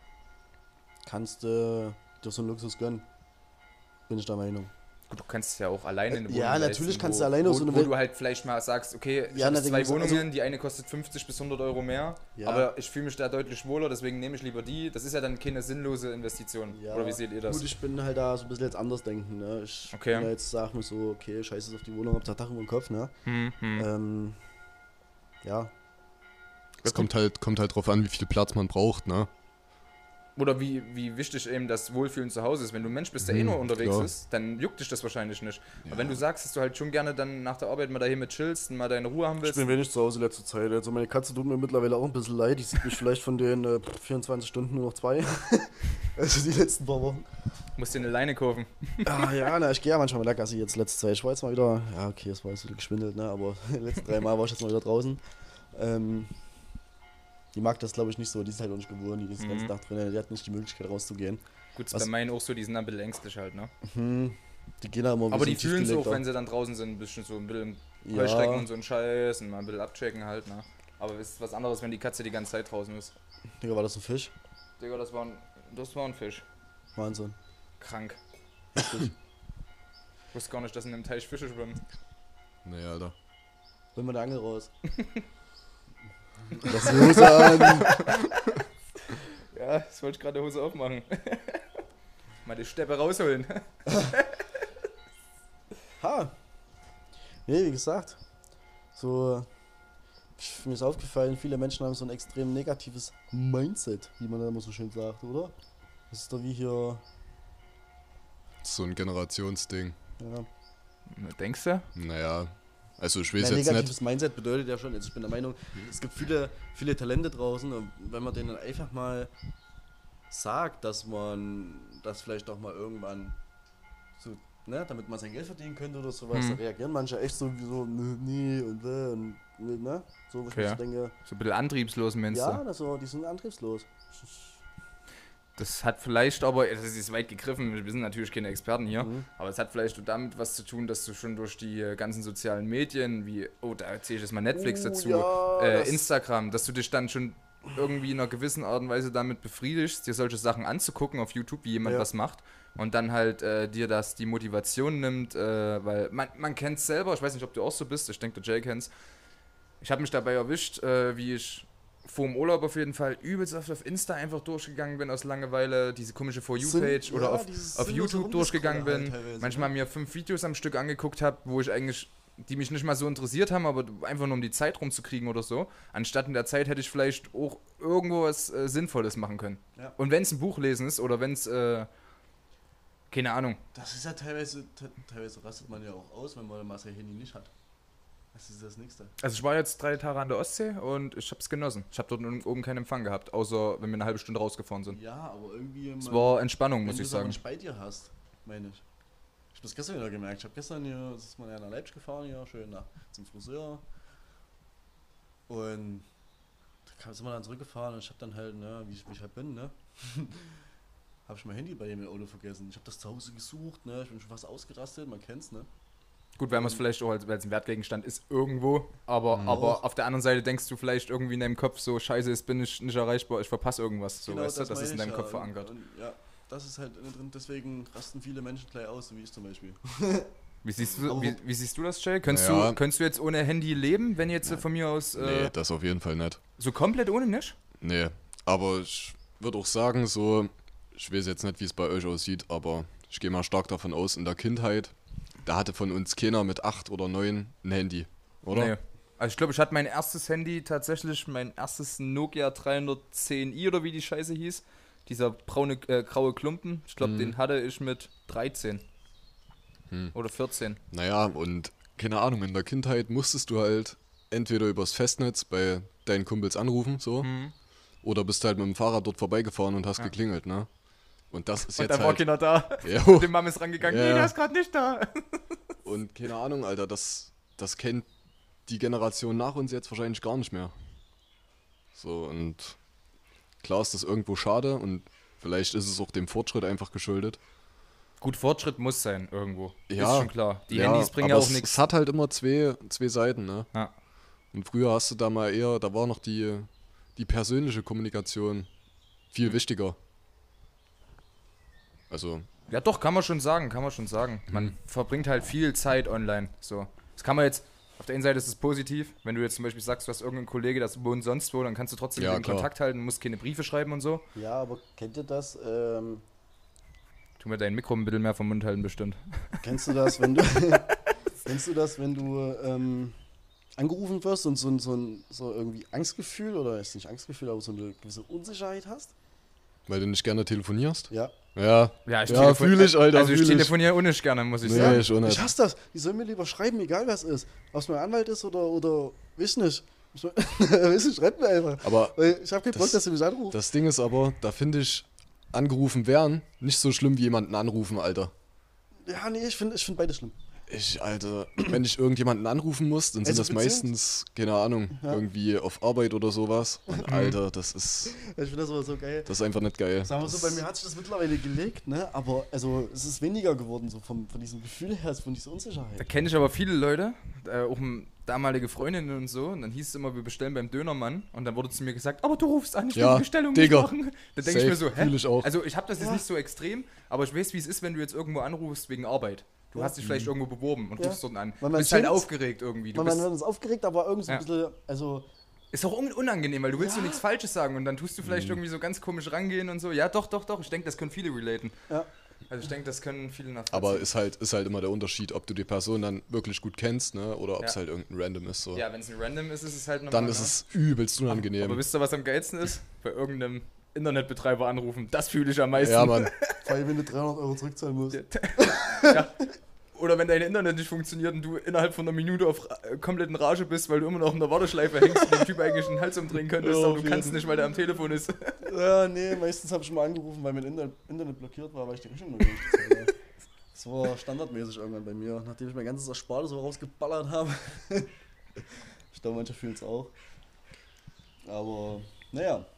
kannst du dir so einen Luxus gönnen. Bin ich der Meinung. Gut, du kannst es ja auch alleine eine Ja, Wohnung natürlich leisten, kannst wo, du alleine wo, so eine wo Wel- du halt vielleicht mal sagst, okay, ich Ja, habe na, zwei also- Wohnungen, die eine kostet fünfzig bis hundert Euro mehr, Ja. aber ich fühle mich da deutlich wohler, deswegen nehme ich lieber die. Das ist ja dann keine sinnlose Investition. Ja, Oder wie seht ihr das? Gut, ich bin halt da so ein bisschen jetzt anders denken. Ne? Ich Okay. bin da jetzt sag mir so, okay, scheiße auf die Wohnung, hab Dach über dem Kopf. Ne? Hm, hm. Ähm, ja, Es kommt halt, kommt halt drauf an, wie viel Platz man braucht, ne? Oder wie, wie wichtig eben das Wohlfühlen zu Hause ist. Wenn du ein Mensch bist, der eh Mhm, nur unterwegs klar. ist, dann juckt dich das wahrscheinlich nicht. Aber Ja. wenn du sagst, dass du halt schon gerne dann nach der Arbeit mal dahin mit chillst und mal deine Ruhe haben ich willst, bin wenig zu Hause letzte Zeit. Also meine Katze tut mir mittlerweile auch ein bisschen leid. Die sieht mich vielleicht von den äh, vierundzwanzig Stunden nur noch zwei. Also die letzten paar Wochen. musst du dir eine Leine kaufen. Ah, ja, na, ich gehe ja manchmal mit der Gassi jetzt letzte Zeit. Ich war jetzt mal wieder, ja okay, es war jetzt wieder geschwindelt, ne? Aber die letzten drei Mal war ich jetzt mal wieder draußen. Ähm, die mag das glaube ich nicht so, die ist halt auch nicht gewohnt, die ist den ganzen Mhm. Tag drin, die hat nicht die Möglichkeit rauszugehen. Gut, ist Was- bei meinen auch so, die sind dann ein bisschen ängstlich halt, ne? Hm, die gehen da immer ein Aber die bisschen fühlen es auch, tiefgelegter. wenn sie dann draußen sind, ein bisschen so ein bisschen im Ja. Heuschrecken und so ein Scheiß und mal ein bisschen abchecken halt, ne? Aber es ist was anderes, wenn die Katze die ganze Zeit draußen ist. Digga, war das ein Fisch? Digga, das war ein, das war ein Fisch. Wahnsinn. Krank. Ich wusste gar nicht, dass in dem Teich Fische schwimmen. Nee, Alter. Holen wir die Angel raus. Lass die Hose an. Ja, das wollte ich gerade die Hose aufmachen. Mal die Steppe rausholen. Ha. Nee, wie gesagt. So. ich- Mir ist aufgefallen, viele Menschen haben so ein extrem negatives Mindset, wie man da immer so schön sagt, oder? Das ist doch wie hier. Das ist so ein Generationsding. Ja. Denkst du? Naja, also ich weiß Ein jetzt negatives nicht. Mindset bedeutet ja schon, also ich bin der Meinung, es gibt viele, viele Talente draußen und wenn man denen einfach mal sagt, dass man das vielleicht auch mal irgendwann so, ne, damit man sein Geld verdienen könnte oder sowas, Hm. da reagieren manche echt so wie so, "Nö, nee und äh, und ne, so wo ich Okay. mir so denke, So ein bisschen antriebslos, meinst ja, du? das so, die sind antriebslos. Das hat vielleicht aber, das ist weit gegriffen, wir sind natürlich keine Experten hier, Mhm. aber es hat vielleicht damit was zu tun, dass du schon durch die ganzen sozialen Medien, wie, oh, da erzähle ich jetzt mal Netflix Oh, dazu, ja, äh, das- Instagram, dass du dich dann schon irgendwie in einer gewissen Art und Weise damit befriedigst, dir solche Sachen anzugucken auf YouTube, wie jemand Ja. was macht und dann halt äh, dir das die Motivation nimmt, äh, weil man, man kennt es selber, ich weiß nicht, ob du auch so bist, ich denke, der Jay kennt's. Ich habe mich dabei erwischt, äh, wie ich vor dem Urlaub auf jeden Fall übelst oft auf Insta einfach durchgegangen bin aus Langeweile, diese komische For You-Page Sinn- oder ja, auf, dieses auf sinnlose YouTube durchgegangen bin, Rumgescrolle halt teilweise, manchmal ne? mir fünf Videos am Stück angeguckt habe, wo ich eigentlich, die mich nicht mal so interessiert haben, aber einfach nur um die Zeit rumzukriegen oder so. Anstatt in der Zeit hätte ich vielleicht auch irgendwo was äh, Sinnvolles machen können. Ja. Und wenn es ein Buch lesen ist oder wenn es, äh, keine Ahnung, Das ist ja teilweise, te teilweise rastet man ja auch aus, wenn man mal sein Handy nicht hat. Das ist das Nächste. also ich war jetzt drei Tage an der Ostsee und ich habe es genossen. Ich habe dort oben keinen Empfang gehabt, außer wenn wir eine halbe Stunde rausgefahren sind. Ja, aber irgendwie. Es man- war Entspannung, wenn muss du ich es aber sagen. nicht bei dir hast, meine ich. Ich habe das gestern wieder gemerkt. Ich habe gestern hier, das ist mal ja nach Leipzig gefahren, hier schön nach, zum Friseur. Und da kam- sind wir dann zurückgefahren und ich habe dann halt, ne, wie ich, wie ich halt bin, ne, habe ich mein Handy bei dem im Auto vergessen. Ich habe das zu Hause gesucht, ne, ich bin schon fast ausgerastet, man kennt's, ne. Gut, weil man es vielleicht auch als, weil es ein Wertgegenstand ist irgendwo, aber, Mhm. aber auf der anderen Seite denkst du vielleicht irgendwie in deinem Kopf so, scheiße, jetzt bin ich nicht erreichbar, ich verpasse irgendwas. So, Genau, weißt du, das ist meine in ich deinem ja. Kopf Und- verankert. Und, ja, das ist halt innen drin, deswegen rasten viele Menschen gleich aus, so wie ich zum Beispiel. Wie siehst du, Aber- wie, wie siehst du das, Jay? Könntest, Ja. du, könntest du jetzt ohne Handy leben, wenn jetzt äh, von mir aus äh, Nee, das auf jeden Fall nicht. so komplett ohne nicht? Nee, aber ich würde auch sagen, so, ich weiß jetzt nicht, wie es bei euch aussieht, aber ich gehe mal stark davon aus, in der Kindheit, da hatte von uns keiner mit acht oder neun ein Handy, oder? Nee. Also ich glaube, ich hatte mein erstes Handy tatsächlich, mein erstes Nokia dreihundertzehn i oder wie die Scheiße hieß. Dieser braune, äh, graue Klumpen. Ich glaube, Mhm. den hatte ich mit dreizehn. Hm. Oder vierzehn. Naja, und keine Ahnung, in der Kindheit musstest du halt entweder übers Festnetz bei deinen Kumpels anrufen, so, Mhm. oder bist halt mit dem Fahrrad dort vorbeigefahren und hast Ja. geklingelt, ne? Und das ist Und jetzt da war halt... keiner da. Jo. Die Mama ist rangegangen, Ja. nee, der ist gerade nicht da. Und keine Ahnung, Alter, das, das kennt die Generation nach uns jetzt wahrscheinlich gar nicht mehr. So, und klar ist das irgendwo schade und vielleicht ist es auch dem Fortschritt einfach geschuldet. Gut, Fortschritt muss sein irgendwo. Ja. Ist schon klar. Die Ja, Handys bringen ja aber auch es, nichts. Es hat halt immer zwei, zwei Seiten, ne? Ja. Und früher hast du da mal eher, da war noch die, die persönliche Kommunikation viel wichtiger. Also, Ja, doch, kann man schon sagen, kann man schon sagen. Man Mhm. verbringt halt viel Zeit online. So. Das kann man jetzt, auf der einen Seite ist es positiv, wenn du jetzt zum Beispiel sagst, du hast irgendeinen Kollege, das wohnt sonst wo, dann kannst du trotzdem Ja, mit dem klar. Kontakt halten, musst keine Briefe schreiben und so. Ja, aber kennt ihr das? Ähm, Tu mir dein Mikro ein bisschen mehr vom Mund halten, bestimmt. Kennst du das, wenn du kennst du das, wenn du ähm, angerufen wirst und so, ein- so, ein, so irgendwie Angstgefühl oder ist nicht Angstgefühl, aber so eine gewisse Unsicherheit hast? weil du nicht gerne telefonierst? Ja. Ja, Ja, ich Ja, telefon- fühl ich, Alter, Also ich fühl ich. telefoniere auch nicht gerne, muss ich nee, sagen. schon Ich nicht. hasse das. Die sollen mir lieber schreiben, egal was ist. Ob es mein Anwalt ist oder, oder weiß nicht. Ich weiß nicht, schreibt mir einfach. Aber Weil ich habe keinen Bock, Das- dass du mich anrufst. das Ding ist aber, da finde ich angerufen werden nicht so schlimm wie jemanden anrufen, Alter. Ja, nee, ich finde ich find beides schlimm. Ich, Alter, wenn ich irgendjemanden anrufen muss, dann sind Also das beziehungs- meistens, keine Ahnung, Ja. irgendwie auf Arbeit oder sowas. Und Alter, das ist, Ich finde das aber so geil. das ist einfach nicht geil. Sagen wir so, Das- bei mir hat sich das mittlerweile gelegt, ne? Aber also es ist weniger geworden, so vom, von diesem Gefühl her, von dieser Da Unsicherheit. kenne ich aber viele Leute, äh, auch m- damalige Freundinnen und so. Und dann hieß es immer, wir bestellen beim Dönermann. Und dann wurde zu mir gesagt, aber du rufst an, ich will Ja, die Bestellung Digga. nicht machen. Da denke ich mir so, Safe, hä? fühl ich auch. Also ich habe das jetzt Ja. nicht so extrem, aber ich weiß, wie es ist, wenn du jetzt irgendwo anrufst wegen Arbeit. Du Ja. hast dich vielleicht irgendwo beworben und Ja. rufst dort an. Weil Du man bist halt kennt's. aufgeregt irgendwie. Du Man, man bist, ist aufgeregt, aber irgendwie so ein Ja. bisschen, also ist auch un unangenehm, weil du willst Ja. so nichts Falsches sagen und dann tust du Mhm. vielleicht irgendwie so ganz komisch rangehen und so. Ja, doch, doch, doch. Ich denke, das können viele relaten. ja. Also ich denke, das können viele nachvollziehen. Aber ist halt, ist halt immer der Unterschied, ob du die Person dann wirklich gut kennst, ne? Oder ob Ja. es halt irgendein Random ist. So. ja, wenn es ein Random ist, ist es halt normal. Dann ist ne? es übelst unangenehm. Aber wisst ihr, was am geilsten ist? Bei irgendeinem Internetbetreiber anrufen. Das fühle ich am meisten. ja, Mann. Vor allem, wenn du dreihundert Euro zurückzahlen musst. Ja. Oder wenn dein Internet nicht funktioniert und du innerhalb von einer Minute auf äh, kompletten Rage bist, weil du immer noch in der Warteschleife hängst und dem Typ eigentlich den Hals umdrehen könntest, Ja, aber auf du kannst jeden. nicht, weil der am Telefon ist. Ja, nee, meistens habe ich schon mal angerufen, weil mein Internet, Internet blockiert war, weil ich die Rechnung noch nicht gezahlt habe. Das war standardmäßig irgendwann bei mir, nachdem ich mein ganzes Erspartes so rausgeballert habe. Ich glaube, manche fühlen es auch. Aber, naja.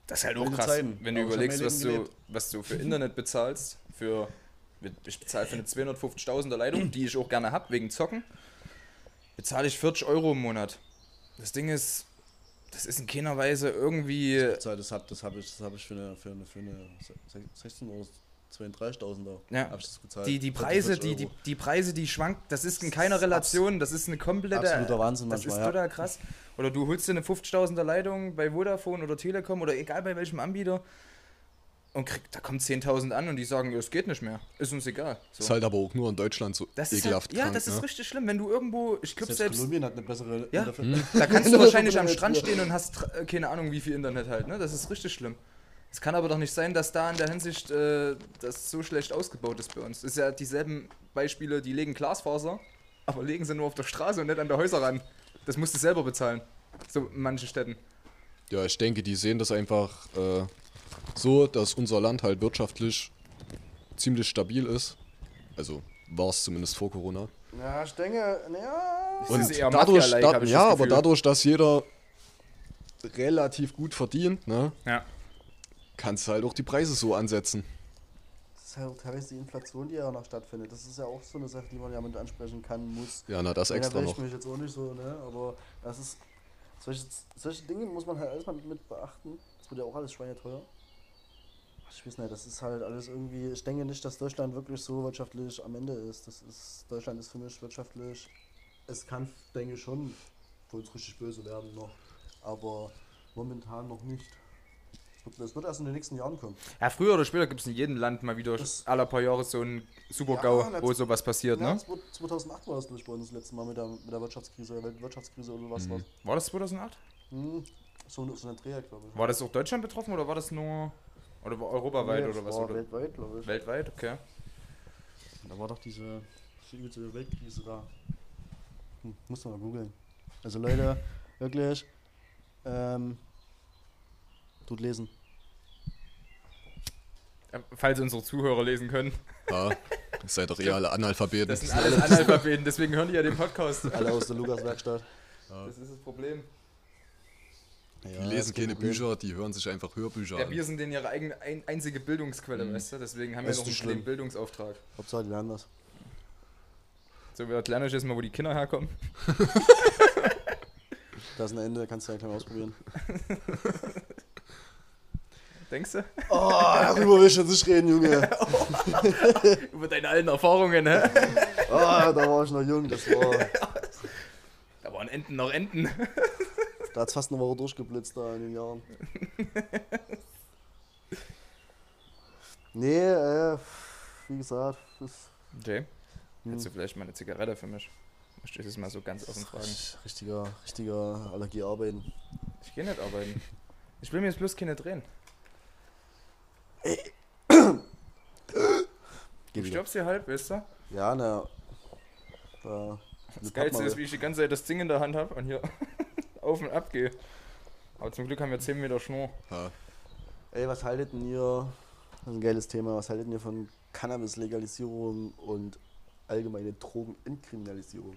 Das ist halt auch Wilde krass, Zeiten. wenn du Aber ich hab überlegst, mein was Leben du, gelebt. was du für Internet bezahlst. Für, ich bezahle für eine zweihundertfünfzigtausender Leitung, die ich auch gerne habe, wegen Zocken. Bezahle ich vierzig Euro im Monat. Das Ding ist, das ist in keiner Weise irgendwie... Das habe das hab, das hab ich, das hab ich für eine, für eine, für eine sechzehn oder zweiunddreißigtausender. Ja. Hab ich das bezahlt. Die, die, Preise, die, die, die Preise, die schwanken, das ist in keiner Relation, das ist eine komplette... Absoluter Wahnsinn Das manchmal, ist total krass. Oder du holst dir eine fünfzigtausender Leitung bei Vodafone oder Telekom oder egal bei welchem Anbieter und krieg, da kommen zehntausend an und die sagen, es geht nicht mehr, ist uns egal. So. Ist halt aber auch nur in Deutschland so Das ist ekelhaft halt, ja, krank, das ist ne? richtig schlimm, wenn du irgendwo, ich glaube Selbst, selbst, Kolumbien hat eine bessere ja, Internet- da kannst du wahrscheinlich am Strand stehen und hast äh, keine Ahnung wie viel Internet halt, ne? Das ist richtig schlimm. Es kann aber doch nicht sein, dass da in der Hinsicht äh, das so schlecht ausgebaut ist bei uns. Das ist ja dieselben Beispiele, die legen Glasfaser, aber legen sie nur auf der Straße und nicht an der Häuser ran. Das musst du selber bezahlen. So in manchen Städten. Ja, ich denke, die sehen das einfach äh, so, dass unser Land halt wirtschaftlich ziemlich stabil ist. Also war es zumindest vor Corona. Ja, ich denke, naja. Das Und ist eher dadurch, Mafia-like, da, hab ich ja, das aber Gefühl. dadurch, dass jeder relativ gut verdient, ne, Ja. kannst du halt auch die Preise so ansetzen. Das ist halt teilweise die Inflation, die ja auch noch stattfindet. Das ist ja auch so eine Sache, die man ja mit ansprechen kann, muss. Ja, na, das Ja, extra da will noch. ich mich jetzt auch nicht so, ne? Aber das ist. Solche, solche Dinge muss man halt alles mal mit beachten. Das wird ja auch alles schweineteuer. Ich weiß nicht, das ist halt alles irgendwie. Ich denke nicht, dass Deutschland wirklich so wirtschaftlich am Ende ist. Das ist. Deutschland ist für mich wirtschaftlich. Es kann, denke ich, schon für uns richtig böse werden noch. Aber momentan noch nicht. Das wird erst in den nächsten Jahren kommen. Ja, früher oder später gibt es in jedem Land mal wieder Das- alle paar Jahre so einen Super-GAU, Ja, wo sowas passiert, Ja, ne? zweitausendacht war das durch bei uns das letzte Mal mit der, mit der Wirtschaftskrise, Weltwirtschaftskrise oder was war. War das zweitausendacht? Hm, so, so eine Dreher, glaube ich. War das auch Deutschland betroffen oder war das nur... Oder war europaweit Nee, oder was? war Oder? weltweit, glaube ich. Weltweit, okay. Da war doch diese, diese Weltkrise da. Hm, musst du mal googeln. Also Leute, wirklich, ähm, tut lesen. Ja, falls unsere Zuhörer lesen können. Ja, ihr seid doch eh alle Analphabeten. Das sind alles Analphabeten, deswegen hören die ja den Podcast. Alle aus der Lukas-Werkstatt. Das ist das Problem. Ja, Die ist lesen kein keine Problem. Bücher, die hören sich einfach Hörbücher Ja, an. wir sind denen ihre eigene, ein, einzige Bildungsquelle, weißt du? Deswegen haben wir Das noch ist einen schlimm. kleinen Bildungsauftrag. Hauptsache die lernen das. So, wir erklären euch jetzt mal, wo die Kinder herkommen. Da ist ein Ende, kannst du ja gleich mal ausprobieren. Denkst du? Oh, darüber will ich jetzt nicht reden, Junge. Über deine alten Erfahrungen, ne? Oh, da war ich noch jung, das war. Da waren Enten noch Enten. Da hat's fast eine Woche durchgeblitzt da in den Jahren. Nee, äh, wie gesagt, das Jay, hm, hättest du vielleicht mal eine Zigarette für mich? Möchte ich das mal so ganz offen fragen. richtiger, richtiger Allergie arbeiten. Ich gehe nicht arbeiten. Ich will mir jetzt bloß keine drehen. Geh Du wieder. stirbst hier halb, weißt du? Ja, na. Da. Das Geilste ist, wie ich die ganze Zeit das Ding in der Hand habe und hier auf und ab gehe. Aber zum Glück haben wir zehn Meter Schnur. Ja. Ey, was haltet denn ihr? Das ist ein geiles Thema. Was haltet ihr von Cannabis-Legalisierung und allgemeine Drogen-Entkriminalisierung?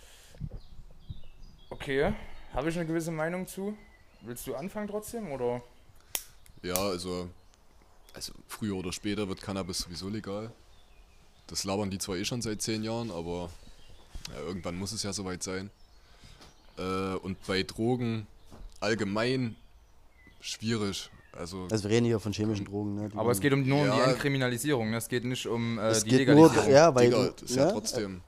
Okay, habe ich eine gewisse Meinung zu? Willst du anfangen trotzdem, oder? Ja, also, also früher oder später wird Cannabis sowieso legal. Das labern die zwar eh schon seit zehn Jahren, aber ja, irgendwann muss es ja soweit sein. Äh, und bei Drogen allgemein schwierig. Also, Also wir reden hier von chemischen Drogen, ne? Die Aber es geht um, nur um die Ja. Entkriminalisierung, ne? Es geht nicht um äh, es die geht Legalisierung. nur, ja, weil Digga, du, das ist ja ne? trotzdem.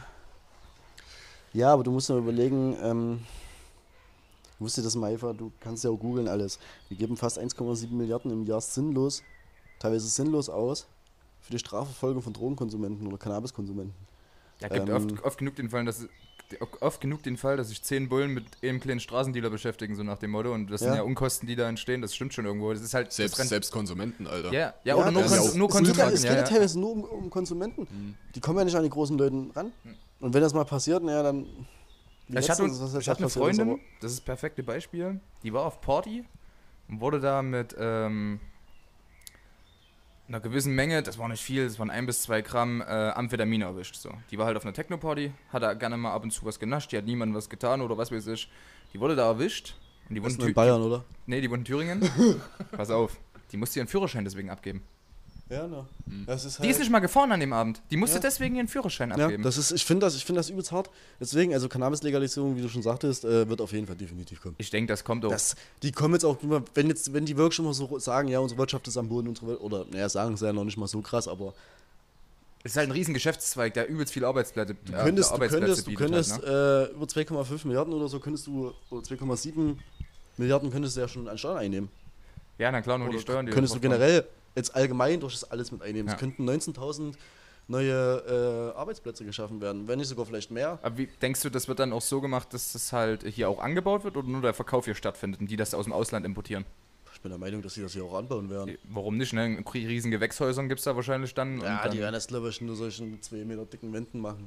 Ja, aber du musst dir mal überlegen, ähm, du musst dir das mal einfach, du kannst ja auch googeln alles. Wir geben fast eins Komma sieben Milliarden im Jahr sinnlos, teilweise sinnlos aus, für die Strafverfolgung von Drogenkonsumenten oder Cannabiskonsumenten. Ja, gibt Ähm, oft, oft genug den Fall, dass oft genug den Fall, dass sich zehn Bullen mit einem kleinen Straßendealer beschäftigen, so nach dem Motto. Und das Ja. sind ja Unkosten, die da entstehen. Das stimmt schon irgendwo. Das ist halt Selbst, das rennt- selbst Konsumenten, Alter. Ja, ja, oder nur, das ist ja Kons auch- nur Es geht, ja, Konsumenten. es Ja, geht ja ja. teilweise nur um, um Konsumenten. Die kommen ja nicht an die großen Leuten ran. Und wenn das mal passiert, naja, dann. wie Ich hatte, letztens, was jetzt ich hatte eine passiert ist, Freundin, aber- das ist das perfekte Beispiel, die war auf Party und wurde da mit ähm, einer gewissen Menge, das war nicht viel, das waren ein bis zwei Gramm äh, Amphetamine erwischt. So. Die war halt auf einer Techno-Party, hat da gerne mal ab und zu was genascht, die hat niemandem was getan oder was weiß ich. Die wurde da erwischt Und die Das wohnt ist in Bayern, oder? Nee, die wohnt in Thüringen. Pass auf. Die musste ihren Führerschein deswegen abgeben. Ja, ne. Hm. Das ist Die halt ist nicht mal gefahren an dem Abend. Die musste Ja. deswegen ihren Führerschein ja, abgeben. das ist, ich finde das, ich find das übelst hart. Deswegen, also Cannabis-Legalisierung, wie du schon sagtest, äh, wird auf jeden Fall definitiv kommen. Ich denke, das kommt auch. Das, die kommen jetzt auch, immer, wenn jetzt, wenn die wirklich immer so sagen, ja, unsere Wirtschaft ist am Boden, unsere Wir- oder, naja, sagen sie ja noch nicht mal so krass, aber Es ist halt ein riesen Geschäftszweig, der übelst viele Arbeitsplätze, du äh, könntest, du Arbeitsplätze könntest, du bietet könntest halt, ne? äh, über zwei Komma fünf Milliarden oder so könntest du, oder zwei Komma sieben Milliarden könntest du ja schon an Steuern einnehmen. Ja, na klar, nur Oder die Steuern, die könntest du drauf kommen. generell jetzt allgemein durch das alles mit einnehmen. Ja. Es könnten neunzehntausend neue äh, Arbeitsplätze geschaffen werden, wenn nicht sogar vielleicht mehr. Aber wie denkst du, das wird dann auch so gemacht, dass das halt hier auch angebaut wird oder nur der Verkauf hier stattfindet und die das aus dem Ausland importieren? Ich bin der Meinung, dass sie das hier auch anbauen werden. Warum nicht, ne? In riesen Gewächshäusern gibt es da wahrscheinlich dann. Ja, und dann, die werden das, glaube ich, nur solchen zwei Meter dicken Wänden machen.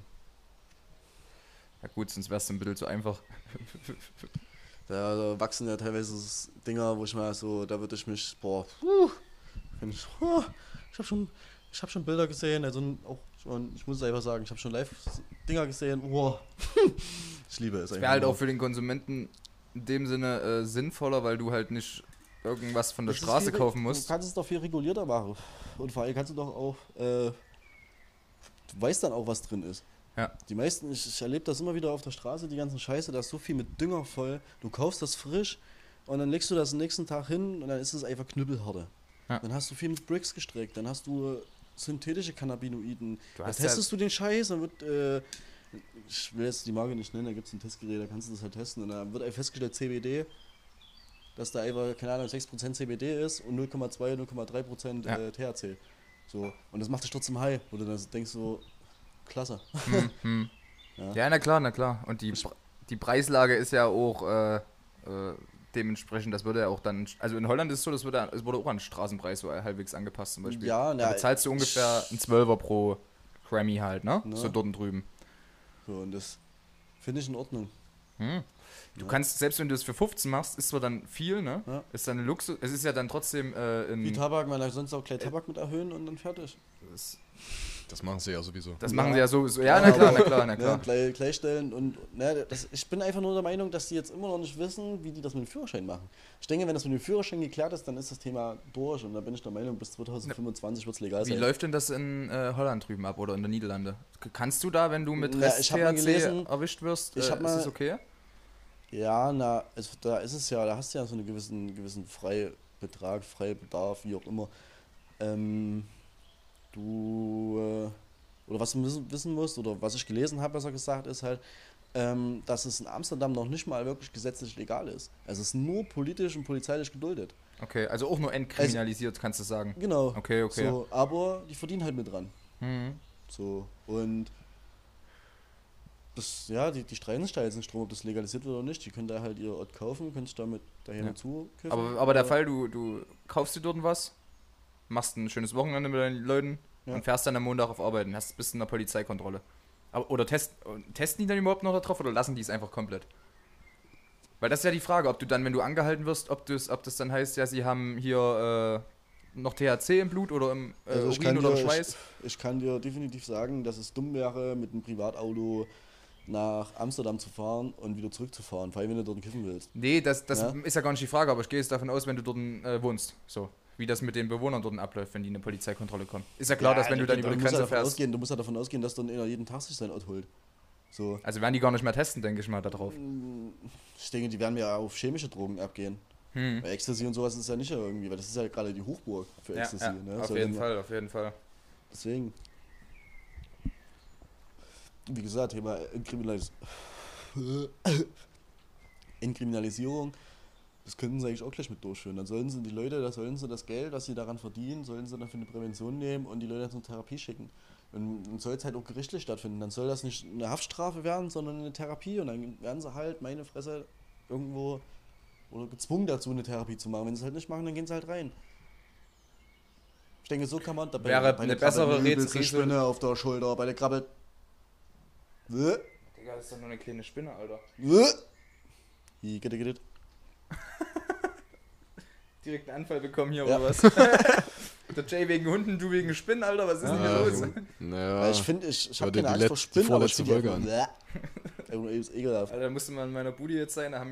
ja gut, sonst wäre es ein bisschen zu einfach. Da, da wachsen ja teilweise s- Dinger, wo ich mal so, da würde ich mich, boah, puh, wenn ich, huh, ich habe schon, ich habe schon Bilder gesehen, also auch schon, ich muss es einfach sagen, ich habe schon Live-Dinger gesehen, boah, ich liebe es Das einfach. wäre halt nur. auch für den Konsumenten in dem Sinne äh, sinnvoller, weil du halt nicht irgendwas von der Das ist Straße viel- kaufen Du musst. kannst es doch viel regulierter machen. Und vor allem kannst du doch auch, äh, du weißt dann auch, was drin ist. Ja. Die meisten, ich, ich erlebe das immer wieder auf der Straße, die ganzen Scheiße, da ist so viel mit Dünger voll. Du kaufst das frisch und dann legst du das am nächsten Tag hin und dann ist es einfach Knüppelharte. Ja. Dann hast du viel mit Bricks gestreckt, dann hast du synthetische Cannabinoiden. Du Dann hast testest du den Scheiß, dann wird, äh, ich will jetzt die Marke nicht nennen, da gibt es ein Testgerät, da kannst du das halt testen und dann wird einfach festgestellt C B D, dass da einfach, keine Ahnung, sechs Prozent C B D ist und null Komma zwei, null Komma drei Prozent Ja. äh, T H C. So, und das macht dich trotzdem high, wo du dann denkst so, klasse. Hm, hm. Ja. Ja, na klar, na klar. Und die, Pre- die Preislage ist ja auch äh, äh, dementsprechend, das würde ja auch dann, also in Holland ist es so, das wurde, es wurde auch an den Straßenpreis so halbwegs angepasst zum Beispiel. Ja, Da na, bezahlst du ungefähr einen Zwölfer pro Grammy halt, ne? Ne. So dort drüben. So, und das finde ich in Ordnung. Hm. Du Ja. kannst, selbst wenn du es für fünfzehn machst, ist zwar dann viel, ne? Ja. Ist dann ein Luxus, es ist ja dann trotzdem äh, Wie in, Tabak, man sonst auch gleich Tabak mit erhöhen und dann fertig. das, Das machen sie ja sowieso. das Ja. machen sie ja so, so ja, na klar, na klar, na Ne, klar. gleich, gleichstellen und ne, das, ich bin einfach nur der Meinung, dass die jetzt immer noch nicht wissen, wie die das mit dem Führerschein machen. Ich denke, wenn das mit dem Führerschein geklärt ist, dann ist das Thema durch und da bin ich der Meinung, bis zweitausendfünfundzwanzig wird es legal Wie sein. läuft denn das in äh, Holland drüben ab oder in den Niederlanden? K- Kannst du da, wenn du mit Na, Rest ich hab mal T H C gelesen- erwischt wirst, ich äh, hab ist mal- das okay? Ja, na, es, da ist es ja, da hast du ja so einen gewissen, gewissen Freibetrag, Freibedarf, wie auch immer. Ähm, du, äh, oder was du wissen, wissen musst, oder was ich gelesen habe, besser gesagt, ist halt, ähm, dass es in Amsterdam noch nicht mal wirklich gesetzlich legal ist. Also es ist nur politisch und polizeilich geduldet. Okay, also auch nur entkriminalisiert, kannst du sagen. Genau. Okay, okay. So, aber die verdienen halt mit dran. Mhm. So, und das, ja, die, die streiten sich da jetzt nicht drum, ob das legalisiert wird oder nicht. Die können da halt ihr Ort kaufen, können sich damit daher Ja. zukiffen. Aber, aber der Fall, du, du kaufst dir dort was, machst ein schönes Wochenende mit deinen Leuten Ja. und fährst dann am Montag auf Arbeit und hast bist in der Polizeikontrolle. Aber, oder test, testen die dann überhaupt noch da drauf oder lassen die es einfach komplett? Weil das ist ja die Frage, ob du dann, wenn du angehalten wirst, ob, du's, ob das dann heißt, ja, sie haben hier äh, noch T H C im Blut oder im äh, Also ich Urin kann, oder im dir, Schweiß. ich, ich kann dir definitiv sagen, dass es dumm wäre, mit einem Privatauto nach Amsterdam zu fahren und wieder zurückzufahren, vor allem wenn du dort kiffen willst. Nee, das, das Ja. ist ja gar nicht die Frage, aber ich gehe jetzt davon aus, wenn du dort äh, wohnst. So. Wie das mit den Bewohnern dort abläuft, wenn die eine Polizeikontrolle kommen. Ist ja klar, dass wenn du dann über die musst ja Grenze davon fährst. ausgehen, du musst ja davon ausgehen, dass dann einer jeden Tag sich sein Ort holt. So. Also werden die gar nicht mehr testen, denke ich mal, da drauf. Ich denke, die werden ja auf chemische Drogen abgehen. Hm. Weil Ecstasy und sowas ist ja nicht irgendwie, weil das ist ja gerade die Hochburg für Ja, Ecstasy. ja, ne? auf So, jeden wenn- Fall, auf jeden Fall. Deswegen. Wie gesagt, Thema Entkriminalis Entkriminalisierung, das könnten sie eigentlich auch gleich mit durchführen. Dann sollen sie die Leute, da sollen sie das Geld, das sie daran verdienen, sollen sie dann für eine Prävention nehmen und die Leute zur Therapie schicken. Und dann soll es halt auch gerichtlich stattfinden. Dann soll das nicht eine Haftstrafe werden, sondern eine Therapie. Und dann werden sie halt, meine Fresse, irgendwo oder gezwungen dazu, eine Therapie zu machen. Wenn sie es halt nicht machen, dann gehen sie halt rein. Ich denke, so kann man dabei Wäre bei eine der Krabbel bessere übelste Rätsel- Spinne auf der Schulter, bei der Krabbel. Wuh, Digga, das ist doch nur eine kleine Spinne, Alter. wuh. Hi, gitte, gitte. Direkt einen Anfall bekommen hier, Ja. oder was? Der Jay wegen Hunden, du wegen Spinnen, Alter, was ist denn hier Ja, los? naja, Weil ich finde, ich, ich Hör habe dir keine die Angst vor Let- die Spinnen, aber ich vorletzte finde die Folge einfach- Bäh. Irgendwie ist ekelhaft. Alter, da musste man in meiner Bude jetzt sein, da haben wir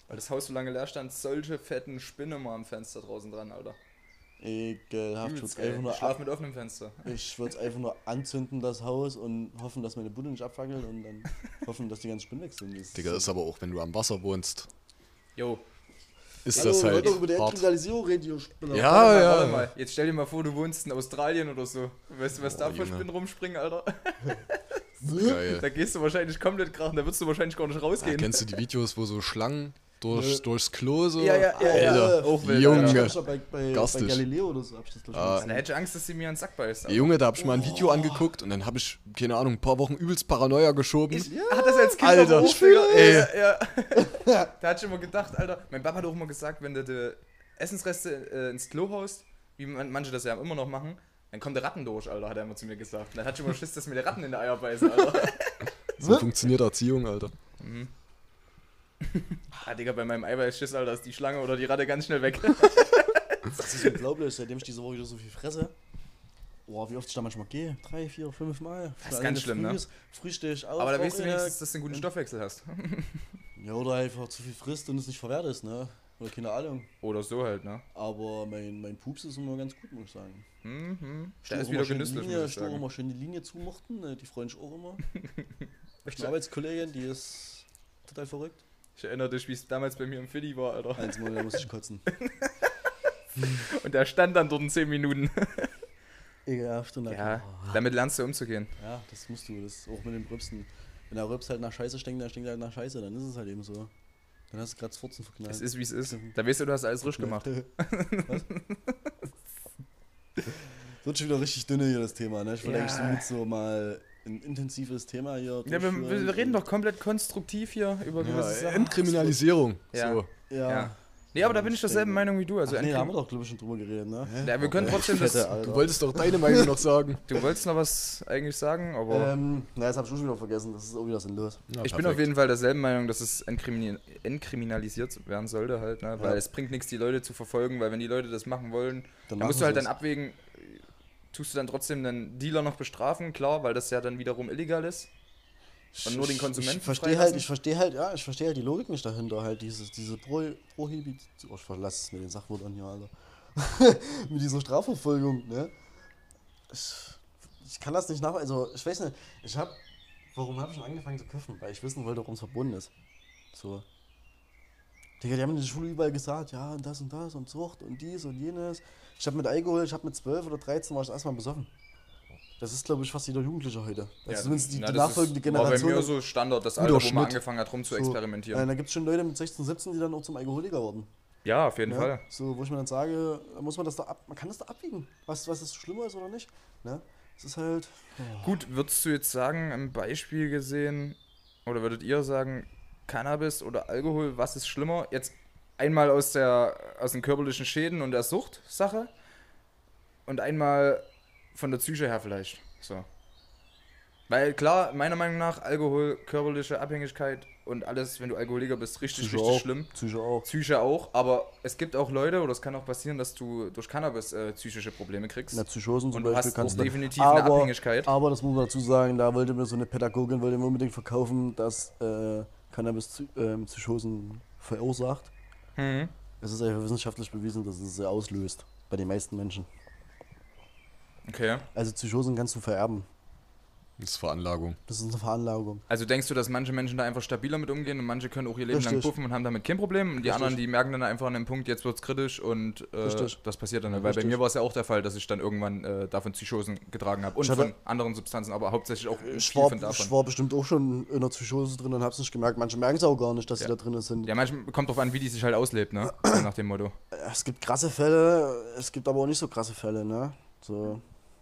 Weil das Haus so lange leer stand, solche fetten Spinnen mal am Fenster draußen dran, Alter. Ekelhaft. Ich Übelst würde geil. einfach Ich schlaf nur, mit offenem Fenster. ich würd's einfach nur anzünden, das Haus, und hoffen, dass meine Bude nicht abfackelt und dann hoffen, dass die ganzen Spinnen weg sind. Das Digga, ist aber auch, wenn du am Wasser wohnst, Jo. ist Hallo, das wir halt wollten doch über die hart. Entkriminalisierung reden, ihr Spinner. Ja, Warte mal, ja. warte mal. Jetzt stell dir mal vor, du wohnst in Australien oder so. Weißt du, was Oh, da für Junge. Spinnen rumspringen, Alter? Geil. Da gehst du wahrscheinlich komplett krachen, da würdest du wahrscheinlich gar nicht Ja, rausgehen. kennst du die Videos, wo so Schlangen durch, Nö. durchs Klo so? Ja, ja, ja, Alter, ja. Auch wild, Junge. Alter. Ja, bei, bei, bei Garstig. Galileo oder so hab ich das gleich Ah. Da hätte ich Angst, dass sie mir einen Sack beißt. Ja, Alter. Junge, da hab ich mal ein Video angeguckt und dann hab ich, keine Ahnung, ein paar Wochen übelst Paranoia geschoben. Ich hatte das als Kind Alter, aber auch, ich fühl Digga. ey. Ja, ja. Da hatte ich immer gedacht, Alter, mein Papa hat auch immer gesagt, wenn du die Essensreste äh, ins Klo haust, wie man, manche das ja immer noch machen, dann kommt der Ratten durch, Alter, hat er immer zu mir gesagt. Und dann hatte ich immer Schiss, dass mir die Ratten in die Eier beißen, Alter. So funktioniert Erziehung, Alter. Mhm. Ah, Digga, bei meinem Eiweißschiss, Alter, ist die Schlange oder die Ratte ganz schnell weg. Das ist unglaublich, seitdem ich diese Woche wieder so viel fresse. Boah, wie oft ich da manchmal gehe? Drei, vier, fünf Mal. Das ist ganz schlimm, ne? Früh stehe ich auf. Aber da auch weißt du in der- wenigstens, dass du einen guten Stoffwechsel hast. Ja, oder einfach zu viel frisst und es nicht verwertet ist, ne? Oder keine Ahnung. Oder so halt, ne? Aber mein, mein Pups ist immer ganz gut, muss ich sagen. Mhm. Ich Der tue ist auch wieder immer schön die genüsslich, Linie, muss ich ich tue auch sagen. immer schön die Linie zumochten, ne? Die freuen sich auch immer. Eine Arbeitskollegin, die ist total verrückt. Ich erinnere dich, wie es damals bei mir im Fiddy war, Alter. Eins Mal, da muss ich kotzen. Und der stand dann dort in zehn Minuten. Ekelhaft. Und dann, Ja, oh. damit lernst du umzugehen. Ja, das musst du, das auch mit dem Rübsen. Wenn der Rübs halt nach Scheiße stinkt, dann stinkt er halt nach Scheiße, dann ist es halt eben so. Dann hast du gerade das Furzen verknallt. Es ist, wie es ist. Da weißt du, du hast alles richtig gemacht. Was? Wird schon wieder richtig dünne hier das Thema, ne? Ich wollte Ja. eigentlich so mit so mal ein intensives Thema hier. Ja, wir, durchführen. wir reden doch komplett konstruktiv hier über gewisse Ja, Sachen. Entkriminalisierung. Ja. So. Ja. Ja. Nee, aber da bin ich derselben Meinung wie du. Also Ach nee, da haben Entkrim- wir doch, glaube ich, schon drüber geredet, ne? ja, wir können trotzdem das. Fette, Alter. Du wolltest doch deine Meinung noch sagen. Du wolltest noch was eigentlich sagen, aber Ähm, na, jetzt hab ich schon wieder vergessen, das ist auch wieder sinnlos. Ja, ich bin auf jeden Fall derselben Meinung, dass es entkrimini- entkriminalisiert werden sollte halt, ne? Weil Ja. es bringt nichts, die Leute zu verfolgen, weil wenn die Leute das machen wollen, dann machen musst du halt sie dann es. abwägen, tust du dann trotzdem den Dealer noch bestrafen, klar, weil das ja dann wiederum illegal ist. Und nur den Konsumenten Ich verstehe freilassen? halt, ich verstehe halt, ja, ich verstehe halt die Logik nicht dahinter, halt dieses, diese Pro Prohibit. Oh, ich verlasse es mit den Sachwörtern hier, Alter. Mit dieser Strafverfolgung, ne? Ich, ich kann das nicht nach, also ich weiß nicht, ich hab, warum habe ich schon angefangen zu kiffen? Weil ich wissen wollte, warum es verboten ist. So. Digga, die haben in der Schule überall gesagt, ja, und das und das und Zucht und dies und jenes. Ich habe mit Alkohol, ich habe mit zwölf oder dreizehn war ich erstmal besoffen. Das ist, glaube ich, fast jeder Jugendliche heute. Also Ja, zumindest die, na, die das nachfolgende ist, Generation. war bei mir so Standard, das Guter Alter, wo man Schnitt. angefangen hat, rum zu So, experimentieren. Äh, da gibt es schon Leute mit sechzehn, siebzehn, die dann auch zum Alkoholiker wurden. Ja, auf jeden Ne? Fall. So, wo ich mir dann sage, muss man das da ab, man kann das da abwiegen, was, was ist schlimmer ist oder nicht. Ne? Es ist halt. Oh. Gut, würdest du jetzt sagen, im Beispiel gesehen, oder würdet ihr sagen, Cannabis oder Alkohol, was ist schlimmer? Jetzt einmal aus der aus den körperlichen Schäden und der Suchtsache und einmal von der Psyche her vielleicht. So. Weil klar, meiner Meinung nach, Alkohol, körperliche Abhängigkeit und alles, wenn du Alkoholiker bist, richtig, Psyche richtig auch. schlimm. Psyche auch. Psyche auch, aber es gibt auch Leute, oder es kann auch passieren, dass du durch Cannabis äh, psychische Probleme kriegst. In der Psychosen zum Und du Beispiel hast kannst auch du. definitiv eine aber, Abhängigkeit. Aber das muss man dazu sagen, da wollte mir so eine Pädagogin wollte mir unbedingt verkaufen, dass äh, Cannabis Psy- ähm, Psychosen verursacht. Mhm. Es ist einfach wissenschaftlich bewiesen, dass es sie auslöst. Bei den meisten Menschen. Okay. Also Psychosen kannst du vererben. Das ist Veranlagung. Das ist eine Veranlagung. Also denkst du, dass manche Menschen da einfach stabiler mit umgehen und manche können auch ihr Leben lang Richtig. puffen und haben damit kein Problem und die Richtig. anderen, die merken dann einfach an dem Punkt, jetzt wird's kritisch und äh, Richtig. das passiert dann. Weil bei Richtig. mir war es ja auch der Fall, dass ich dann irgendwann äh, davon Psychosen getragen habe und Ich hatte- von anderen Substanzen, aber hauptsächlich auch Ich viel war, von davon. ich war bestimmt auch schon in der Psychose drin und hab's nicht gemerkt. Manche merken es auch gar nicht, dass Ja. sie da drin sind. Ja, manchmal kommt drauf an, wie die sich halt auslebt, ne? So nach dem Motto. Es gibt krasse Fälle, es gibt aber auch nicht so krasse Fälle, ne? So.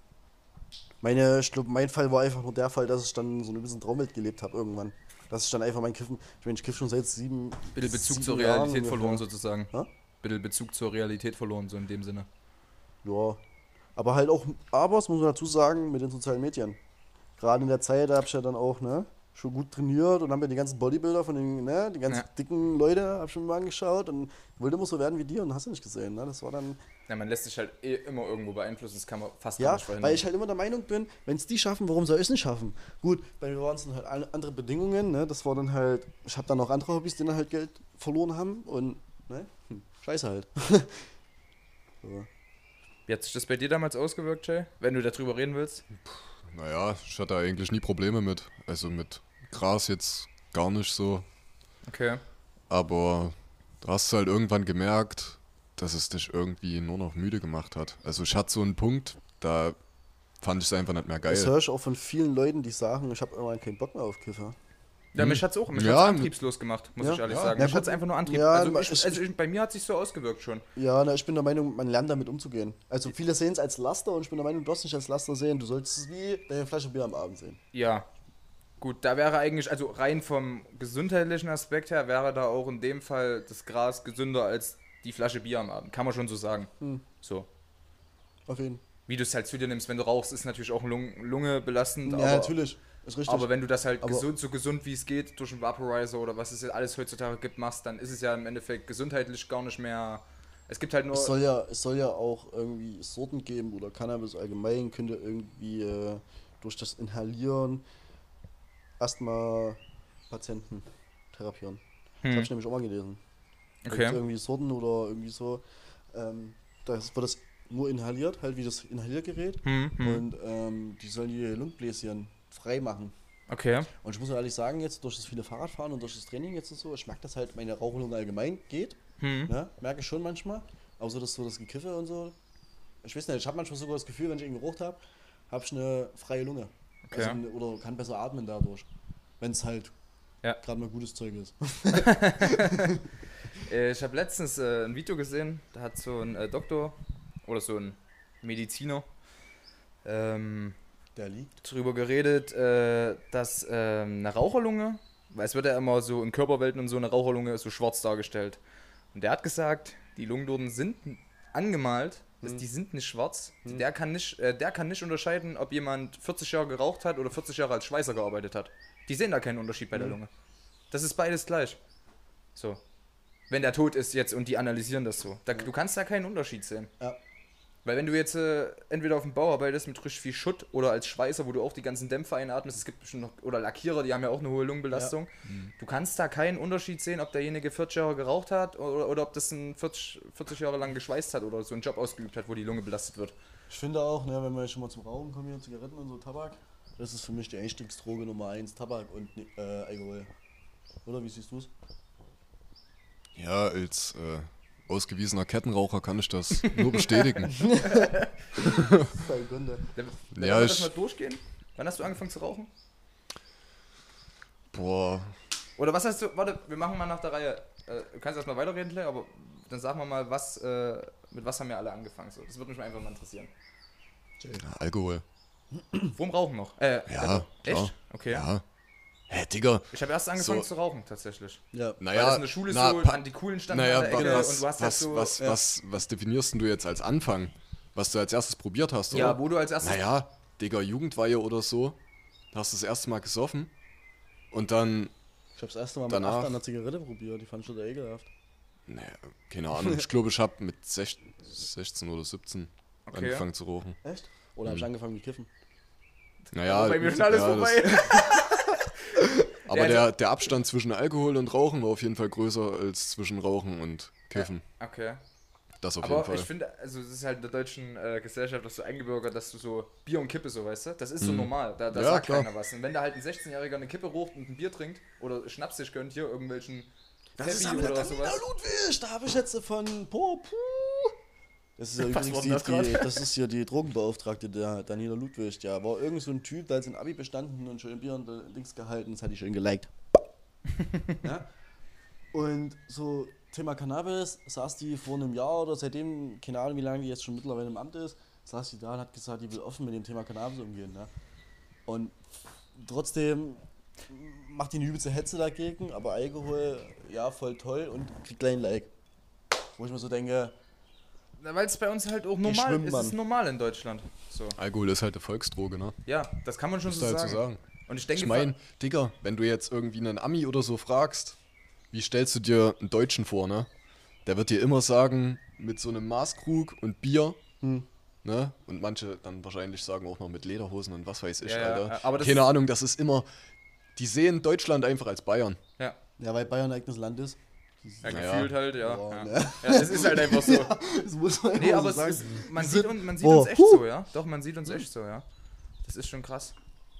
Meine, ich glaube, mein Fall war einfach nur der Fall, dass ich dann so ein bisschen Traumwelt gelebt habe irgendwann. Dass ich dann einfach mein Kiffen, ich meine, ich kiff schon seit sieben Bisschen Bezug sieben zur Jahren Realität ungefähr. verloren sozusagen. Hä? Bisschen Bezug zur Realität verloren, so in dem Sinne. Ja. Aber halt auch, aber, das muss man dazu sagen, mit den sozialen Medien. Gerade in der Zeit, da hab ich ja dann auch, ne? schon gut trainiert und haben mir die ganzen Bodybuilder von den, ne, die ganzen Ja. dicken Leute, hab schon mal angeschaut und wollte immer so werden wie die und hast du nicht gesehen, ne? Das war dann, Ja, man lässt sich halt eh immer irgendwo beeinflussen, das kann man fast gar ja, nicht verhindern. weil ich halt immer der Meinung bin, wenn es die schaffen, warum soll ich es nicht schaffen? Gut, bei mir waren es dann halt alle andere Bedingungen, ne? Das war dann halt, ich habe dann noch andere Hobbys, die dann halt Geld verloren haben und, ne, hm, scheiße halt. So. Wie hat sich das bei dir damals ausgewirkt, Jay? Wenn du darüber reden willst? Naja, ich hatte eigentlich nie Probleme mit. Also mit Gras jetzt gar nicht so. Okay. Aber du hast halt irgendwann gemerkt, dass es dich irgendwie nur noch müde gemacht hat. Also ich hatte so einen Punkt, da fand ich es einfach nicht mehr Das geil. höre ich auch von vielen Leuten, die sagen, ich habe irgendwann keinen Bock mehr auf Kiffer. Ja, mich hat's auch, mich Ja, hat's antriebslos gemacht, muss ja. ich ehrlich Ja. sagen. Ja, mich gut. hat's einfach nur Antrieb. Ja, also, ich- ich, also ich, bei mir hat sich so ausgewirkt schon. Ja, na, ich bin der Meinung, man lernt damit umzugehen. Also viele sehen es als Laster und ich bin der Meinung, du darfst nicht als Laster sehen. Du solltest es wie deine Flasche Bier am Abend sehen. Ja. Gut, da wäre eigentlich, also rein vom gesundheitlichen Aspekt her, wäre da auch in dem Fall das Gras gesünder als die Flasche Bier am Abend. Kann man schon so sagen. Hm. So. Auf jeden Wie du es halt zu dir nimmst, wenn du rauchst, ist natürlich auch Lung, Lunge belastend. Ja, aber, natürlich. Ist richtig. Aber wenn du das halt Aber- gesund, so gesund wie es geht, durch einen Vaporizer oder was es jetzt alles heutzutage gibt, machst, dann ist es ja im Endeffekt gesundheitlich gar nicht mehr. Es gibt halt nur. es, soll ja, es soll ja auch irgendwie Sorten geben oder Cannabis allgemein könnte irgendwie äh, durch das Inhalieren Asthma-Patienten therapieren. Das habe ich nämlich auch mal gelesen. Da gibt's Okay. irgendwie Sorten oder irgendwie so. Ähm, da wird das nur inhaliert, halt wie das Inhaliergerät. Hm, hm. Und ähm, die sollen die Lungenbläschen frei machen. Okay. Und ich muss ehrlich sagen, jetzt durch das viele Fahrradfahren und durch das Training jetzt und so, ich merke das halt, meine Rauchlunge allgemein geht. Hm. Ne? Merke ich schon manchmal. Aber so das, so das Gekiffe und so. Ich weiß nicht, ich habe manchmal sogar das Gefühl, wenn ich ihn geraucht habe, habe ich eine freie Lunge. Okay. Also, oder kann besser atmen dadurch. Wenn es halt Ja. gerade mal gutes Zeug ist. Äh, ich habe letztens äh, ein Video gesehen, da hat so ein äh, Doktor oder so ein Mediziner ähm, Der liegt. drüber geredet, äh, dass ähm, eine Raucherlunge, weil es wird ja immer so in Körperwelten und so, eine Raucherlunge ist so schwarz dargestellt. Und der hat gesagt, die Lungendurden sind angemalt, dass Hm. die sind nicht schwarz. Hm. Der, kann nicht, äh, der kann nicht unterscheiden, ob jemand vierzig Jahre geraucht hat oder vierzig Jahre als Schweißer gearbeitet hat. Die sehen da keinen Unterschied bei der Hm. Lunge. Das ist beides gleich. So. Wenn der tot ist jetzt und die analysieren das so. Da, du kannst da keinen Unterschied sehen. Ja. Weil wenn du jetzt äh, entweder auf dem Bau arbeitest mit richtig viel Schutt oder als Schweißer, wo du auch die ganzen Dämpfer einatmest, es gibt bestimmt noch, oder Lackierer, die haben ja auch eine hohe Lungenbelastung. Du kannst da keinen Unterschied sehen, ob derjenige vierzig Jahre geraucht hat oder, oder ob das ein vierzig, vierzig Jahre lang geschweißt hat oder so einen Job ausgeübt hat, wo die Lunge belastet wird. Ich finde auch, ne, wenn wir schon mal zum Rauchen kommen, hier Zigaretten und so Tabak, das ist für mich die Einstiegsdroge Nummer eins, Tabak und äh, Alkohol. Oder wie siehst du es? Ja, als äh, ausgewiesener Kettenraucher kann ich das nur bestätigen. Kein Gründe. Dann, dann Ja, wollen wir das ich- mal durchgehen. Wann hast du angefangen zu rauchen? Boah, Oder was hast du, warte, wir machen mal nach der Reihe, äh, du kannst erstmal weiterreden, Clay, aber dann sagen wir mal, was, äh, mit was haben wir alle angefangen? So, das würde mich mal einfach mal interessieren. ja, Alkohol. Worum rauchen noch? Äh, Ja, Echt? klar. Okay. Ja. Hä, Digga. Ich habe erst angefangen So. zu rauchen, tatsächlich. Ja. Weil Naja, das in der Schule na, so pa- an die coolen standen naja, an der Ecke was, und du hast halt was, so... was, ja. was, was definierst denn du jetzt als Anfang? Was du als erstes probiert hast, oder? ja, wo du als erstes... Naja, Digga, Jugendweihe oder so. Da hast du das erste Mal gesoffen. Und dann, Ich habe das erste Mal mit Danach- acht an der Zigarette probiert, die fand ich total ekelhaft. naja, keine Ahnung. Ich glaube, ich habe mit sechzehn, sechzehn oder siebzehn Okay. angefangen zu rauchen. Echt? Oder habe ich angefangen mit Kiffen? Naja, bei mir schon alles ja, vorbei. Das, aber Ja, der, der Abstand zwischen Alkohol und Rauchen war auf jeden Fall größer als zwischen Rauchen und Kiffen. Okay. Das auf Aber jeden Fall. ich finde, also es ist halt in der deutschen äh, Gesellschaft das so eingebürgert, dass du so Bier und Kippe so, weißt du? Das ist so Mhm. normal, da, da Ja, sagt klar. keiner was. Und wenn da halt ein sechzehnjähriger eine Kippe raucht und ein Bier trinkt oder Schnaps sich gönnt, hier irgendwelchen Pepsi aber der oder Daniela sowas. Ludwig, da habe ich jetzt von Po, puh. Das ist ja Was übrigens war die, denn das die, grad? das ist hier die Drogenbeauftragte, der Daniela Ludwig. Der war irgend so ein Typ, der hat sein Abi bestanden und schön Bier und äh, Dings gehalten, das hatte ich schön geliked. Ja? Und so Thema Cannabis, saß die vor einem Jahr oder seitdem, keine Ahnung wie lange die jetzt schon mittlerweile im Amt ist, saß die da und hat gesagt, die will offen mit dem Thema Cannabis umgehen. Ne? Und trotzdem macht die eine übelste Hetze dagegen, aber Alkohol, ja, voll toll und kriegt gleich ein Like. Wo ich mir so denke, Weil es bei uns halt auch normal schwimmen, ist. Es Mann. ist normal in Deutschland. So. Alkohol ist halt eine Volksdroge, ne? Ja, das kann man schon Musst so du halt sagen. so sagen. Und ich denke, Ich meine, Digga, wenn du jetzt irgendwie einen Ami oder so fragst, wie stellst du dir einen Deutschen vor, ne? Der wird dir immer sagen, mit so einem Maßkrug und Bier, Hm. ne? Und manche dann wahrscheinlich sagen auch noch mit Lederhosen und was weiß ich, Ja, ja, Alter. ja, aber das Keine ist- Ahnung, das ist immer, die sehen Deutschland einfach als Bayern. ja, Ja, weil Bayern ein eigenes Land ist. ja, Naja. gefühlt halt, ja. Boah, ja. ne? ja. Es ist halt einfach so. Das muss man Nee, immer aber so es sagen. ist, man Die sieht, sind- uns, man sieht Boah, uns echt huh. so, ja. Doch, man sieht uns echt so, ja. Das ist schon krass.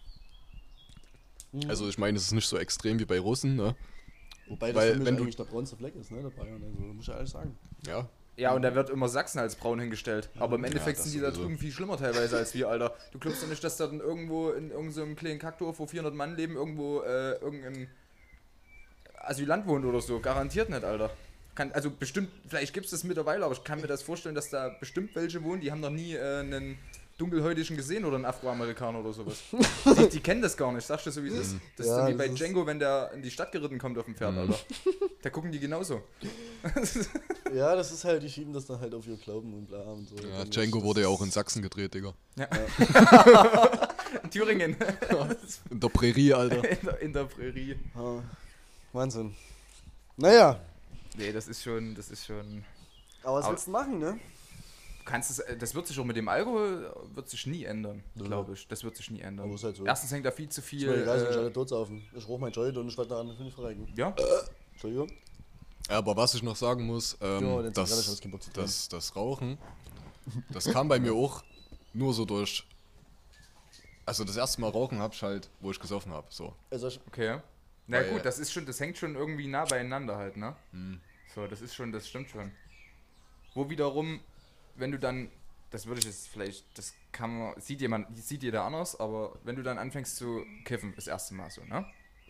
Also ich meine, es ist nicht so extrem wie bei Russen, ne? Wobei das weil, für mich wenn du- eigentlich der braunste Fleck ist, ne, der Bayern. Also, muss ich ja ehrlich sagen. Ja. Ja, und da wird immer Sachsen als braun hingestellt. Aber im Endeffekt das sind die da sowieso. drüben viel schlimmer teilweise als wir, Alter. Du glaubst doch nicht, dass da dann irgendwo in irgendeinem so kleinen Kackdorf, wo vierhundert Mann leben, irgendwo äh, irgendein Asylant wohnt oder so. Garantiert nicht, Alter. Kann, also bestimmt, vielleicht gibt es das mittlerweile, aber ich kann mir das vorstellen, dass da bestimmt welche wohnen, die haben noch nie äh, einen Dunkelhäutigen gesehen oder einen Afroamerikaner oder sowas. die, die kennen das gar nicht, sagst du so wie es ist. Das ist Ja, so wie das bei ist- Django, wenn der in die Stadt geritten kommt auf dem Pferd, Alter. Da gucken die genauso. Ja, das ist halt, die schieben das dann halt auf ihr Glauben und bla und so. Ja, Dann Django ist- wurde ja das auch in Sachsen gedreht, Digga. Ja. In Thüringen. In der Prärie, Alter. in, der, in der Prärie. Ah, Wahnsinn. Naja, Nee, das ist schon, das ist schon. aber was Aber- willst du machen, ne? Du kannst es, äh, das wird sich auch mit dem Alkohol, wird sich nie ändern, Ja. glaube ich. Das wird sich nie ändern. Aber ist halt so. Erstens hängt da viel zu Ist viel. mir egal, ich äh, alle tot saufen. Ich rauche mein Joint und ich werde daran nicht verrecken. ja, Entschuldigung. Ja, aber was ich noch sagen muss, ähm, Ja, den Zigarette, ich hab das, keinen Bock zu trinken. das, das Rauchen, das kam bei mir auch nur so durch. Also das erste Mal rauchen hab ich halt, wo ich gesoffen habe. So. Also ich, okay. Na Weil- gut, das ist schon, das hängt schon irgendwie nah beieinander halt, ne? So, das ist schon, das stimmt schon. Wo wiederum, wenn du dann, das würde ich jetzt vielleicht, das kann man, sieht jemand, sieht jeder anders, aber wenn du dann anfängst zu kiffen, das erste Mal so, ne?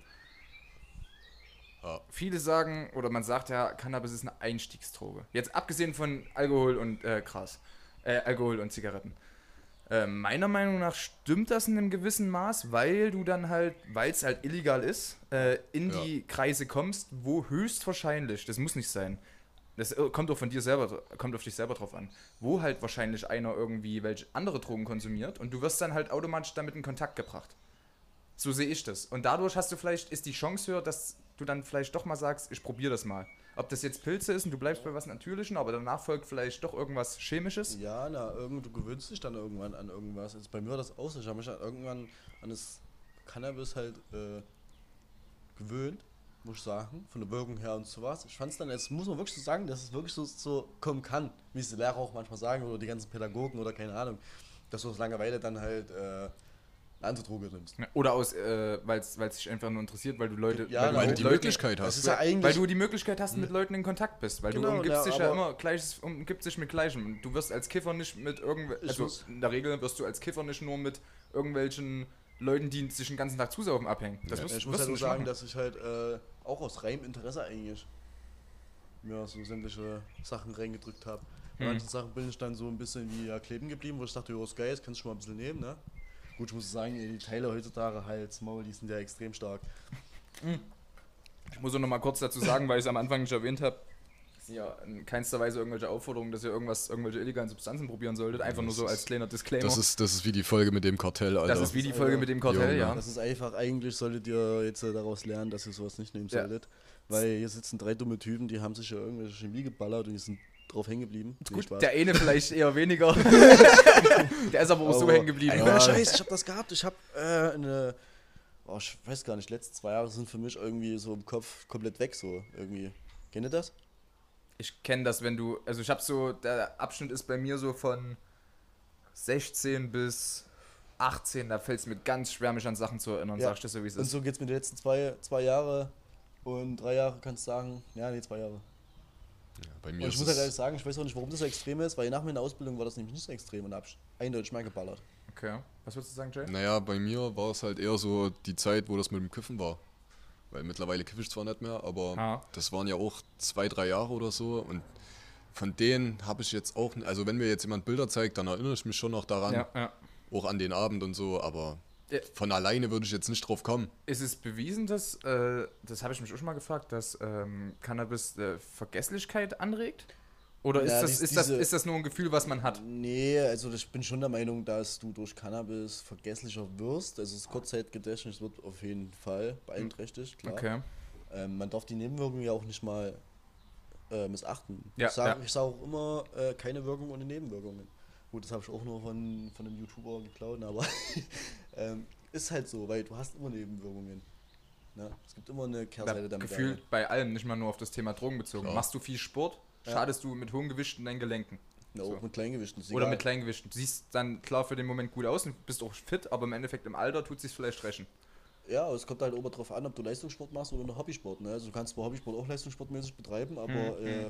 Ja. Viele sagen, oder man sagt ja, Cannabis ist eine Einstiegsdroge. Jetzt abgesehen von Alkohol und äh, Gras. Äh, Alkohol und Zigaretten. Äh, meiner Meinung nach stimmt das in einem gewissen Maß, weil du dann halt, weil es halt illegal ist, äh, in Ja. die Kreise kommst, wo höchstwahrscheinlich, das muss nicht sein, das äh, kommt auch von dir selber, kommt auf dich selber drauf an, wo halt wahrscheinlich einer irgendwie welche andere Drogen konsumiert und du wirst dann halt automatisch damit in Kontakt gebracht. So sehe ich das. Und dadurch hast du vielleicht, ist die Chance höher, dass du dann vielleicht doch mal sagst, ich probiere das mal. Ob das jetzt Pilze ist und du bleibst bei was Natürlichem, aber danach folgt vielleicht doch irgendwas Chemisches. ja, na, irgend, du gewöhnst dich dann irgendwann an irgendwas. Also bei mir war das auch so. Ich habe mich dann irgendwann an das Cannabis halt äh, gewöhnt, muss ich sagen, von der Wirkung her und so was. Ich fand es dann, jetzt muss man wirklich so sagen, dass es wirklich so, so kommen kann, wie es die Lehrer auch manchmal sagen oder die ganzen Pädagogen oder keine Ahnung, dass du aus Langeweile dann halt äh, eine andere Droge nimmst. Oder aus, äh, weil es dich einfach nur interessiert, weil du Leute, Ja, weil du weil Weil du mit die Leuten, Möglichkeit Das hast. ist ja eigentlich. weil du die Möglichkeit hast, mit Leuten in Kontakt bist, weil Genau, du umgibst ja, dich ja aber- immer Gleiches, umgibst dich mit Gleichem. Du wirst als Kiffer nicht mit irgendwelchen, Ich also muss- in der Regel wirst du als Kiffer nicht nur mit irgendwelchen Leuten, die sich den ganzen Tag zusaufen, abhängen. Das Ja, wirst, ich muss wirst halt du nur nicht sagen, machen. dass ich halt äh, auch aus reinem Interesse eigentlich mir so sämtliche Sachen reingedrückt habe. Bei Mhm. manchen Sachen bin ich dann so ein bisschen wie ja, kleben geblieben, wo ich dachte, jo, ist geil, das kannst du schon mal ein bisschen nehmen, ne? Gut, ich muss sagen, ey, die Teile heutzutage, Hals, Maul, die sind ja extrem stark. Ich muss auch noch mal kurz dazu sagen, weil ich es am Anfang nicht erwähnt habe, es sind ja in keinster Weise irgendwelche Aufforderungen, dass ihr irgendwas, irgendwelche illegalen Substanzen probieren solltet. Einfach nur so als kleiner Disclaimer. Das ist, das ist wie die Folge mit dem Kartell, Alter. Das ist wie die Folge mit dem Kartell, Junge. ja. Das ist einfach, eigentlich solltet ihr jetzt äh, daraus lernen, dass ihr sowas nicht nehmen Ja. solltet. Weil hier sitzen drei dumme Typen, die haben sich ja irgendwelche Chemie geballert und die sind drauf hängen geblieben. Nee, Gut, Spaß. der eine vielleicht eher weniger. Der ist aber auch so Aber- hängen geblieben. Ey, Ja. ohne Scheiß, ich hab das gehabt. Ich hab äh, eine. Oh, ich weiß gar nicht, die letzten zwei Jahre sind für mich irgendwie so im Kopf komplett weg, so irgendwie. Kennt ihr das? Ich kenne das, wenn du, also ich habe so, der Abschnitt ist bei mir so von sechzehn bis achtzehn, da fällt es mir ganz schwer, mich an Sachen zu erinnern, Ja. sag ich das so, wie es Und ist. so geht's mir die letzten zwei, zwei Jahre und drei Jahre, kannst du sagen. Ja, nee, zwei Jahre. Ja, bei mir Und ich ist muss halt ehrlich es, sagen, ich weiß auch nicht, warum das so extrem ist, weil nach meiner Ausbildung war das nämlich nicht so extrem und da hab ich eindeutig mehr geballert. Okay, was würdest du sagen, Jay? naja, bei mir war es halt eher so die Zeit, wo das mit dem Kiffen war. Weil mittlerweile kiffe ich zwar nicht mehr, aber Ah. das waren ja auch zwei, drei Jahre oder so und von denen habe ich jetzt auch, also wenn mir jetzt jemand Bilder zeigt, dann erinnere ich mich schon noch daran, Ja, ja. auch an den Abend und so, aber Ja. von alleine würde ich jetzt nicht drauf kommen. Ist es bewiesen, dass, äh, das habe ich mich auch schon mal gefragt, dass ähm, Cannabis äh, Vergesslichkeit anregt? Oder ist, Ja, das, dies- ist, das, diese- ist das nur ein Gefühl, was man hat? Nee, also ich bin schon der Meinung, dass du durch Cannabis vergesslicher wirst. Also das Kurzzeitgedächtnis wird auf jeden Fall beeinträchtigt, klar. Okay. Ähm, man darf die Nebenwirkungen ja auch nicht mal äh, missachten. Ja, ich sage ja. ich sag auch immer, äh, keine Wirkung ohne Nebenwirkungen. Gut, das habe ich auch nur von, von einem YouTuber geklaut, aber ähm, ist halt so, weil du hast immer Nebenwirkungen. Ne? Es gibt immer eine Kehrseite der Medaille. Gefühlt bei allem, nicht mal nur auf das Thema Drogen bezogen. Klar. Machst du viel Sport, Ja. schadest du mit hohem Gewicht in deinen Gelenken. Ja, auch so. mit Kleingewichten. ist Oder egal. mit Kleingewichten. Du siehst dann klar für den Moment gut aus und bist auch fit, aber im Endeffekt im Alter tut sich vielleicht rächen. Ja, es kommt halt auch mal drauf an, ob du Leistungssport machst oder noch Hobbysport. Ne? Also du kannst zwar Hobbysport auch leistungssportmäßig betreiben, aber Mhm. äh,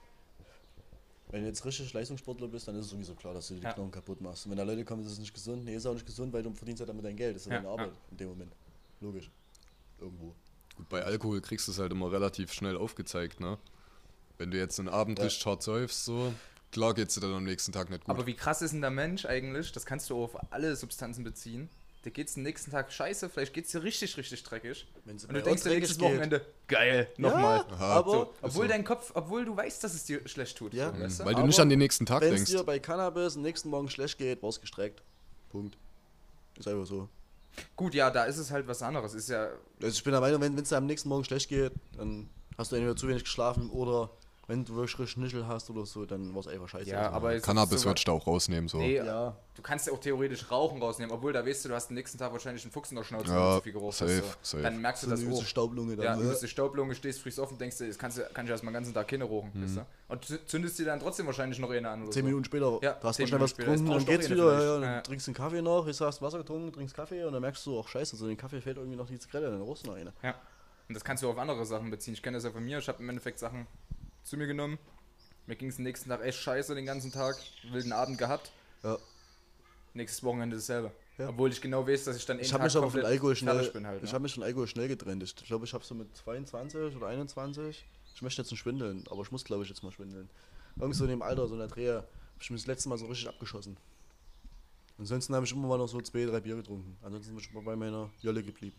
wenn du jetzt richtig Leistungssportler bist, dann ist es sowieso klar, dass du dir die Ja. Knochen kaputt machst. Und wenn da Leute kommen, das ist nicht gesund, nee, ist auch nicht gesund, weil du verdienst ja damit dein Geld. Das ist ja Ja, deine Arbeit ja. in dem Moment. Logisch. Irgendwo. Gut, bei Alkohol kriegst du es halt immer relativ schnell aufgezeigt, ne? Wenn du jetzt einen Abend Ja. richtig hart säufst, so, klar geht's dir dann am nächsten Tag nicht gut. Aber wie krass ist denn der Mensch eigentlich? Das kannst du auf alle Substanzen beziehen. Dir geht's den nächsten Tag scheiße, vielleicht geht's dir richtig, richtig dreckig. Wenn's Und bei du denkst uns dir nächstes dreckig geht. Wochenende, geil, nochmal. Ja, Aha. aber So, obwohl so. dein Kopf, obwohl du weißt, dass es dir schlecht tut. Ja. so, Mhm, weißt du? weil du Aber nicht an den nächsten Tag wenn es denkst. dir bei Cannabis am nächsten Morgen schlecht geht, brauchst gestreckt. Punkt. Ist einfach so. Gut, ja, da ist es halt was anderes. Ist ja, Also ich bin der Meinung, wenn es dir am nächsten Morgen schlecht geht, dann hast du entweder zu wenig geschlafen oder wenn du wirklich Schnitzel hast oder so, dann war es einfach scheiße. ja, Also, aber es Cannabis ist sogar- würdest du auch rausnehmen, so. Nee, ja. du kannst ja auch theoretisch Rauchen rausnehmen, obwohl da weißt du, du hast den nächsten Tag wahrscheinlich einen Fuchs in der Schnauze, Ja, wenn du zu viel geraucht safe, hast. So. safe. Dann merkst du so das eine übelste auch. Staublunge dann. Ja, ne? du bist die Staublunge, stehst früh offen, denkst du, das kannst du, kann ich erstmal den ganzen Tag keine rauchen. Weißt du? Und zü- zündest dir dann trotzdem wahrscheinlich noch eine an. Oder Zehn so. Minuten später, Ja, du hast zehn mal schnell was Minuten später. Es getrunken, dann braucht geht's doch eh wieder, eine ja, vielleicht. dann Ja. trinkst einen Kaffee noch, jetzt hast du Wasser getrunken, trinkst Kaffee und dann merkst du, ach scheiße, so in den Kaffee fällt irgendwie noch die Zigarette, dann rauchst du noch eine. Ja. Und das kannst du auf andere Sachen beziehen. Ich kenne das ja von mir. Ich habe im Endeffekt Sachen zu mir genommen. Mir ging es den nächsten Tag echt scheiße den ganzen Tag. Wilden Abend gehabt. Ja. Nächstes Wochenende dasselbe. Ja. Obwohl ich genau weiß, dass ich dann Ich einen habe Tag mich aber von komplett Alkohol schnell, fertig bin halt. ich ne? habe mich von Alkohol schnell getrennt. Ich glaube, ich habe so mit zweiundzwanzig oder einundzwanzig, ich möchte jetzt nicht schwindeln, aber ich muss glaube ich jetzt mal schwindeln. Irgend so in dem Alter, so in der Drehe, habe ich mich das letzte Mal so richtig abgeschossen. Ansonsten habe ich immer mal noch so zwei, drei Bier getrunken. Ansonsten bin ich immer bei meiner Jolle geblieben.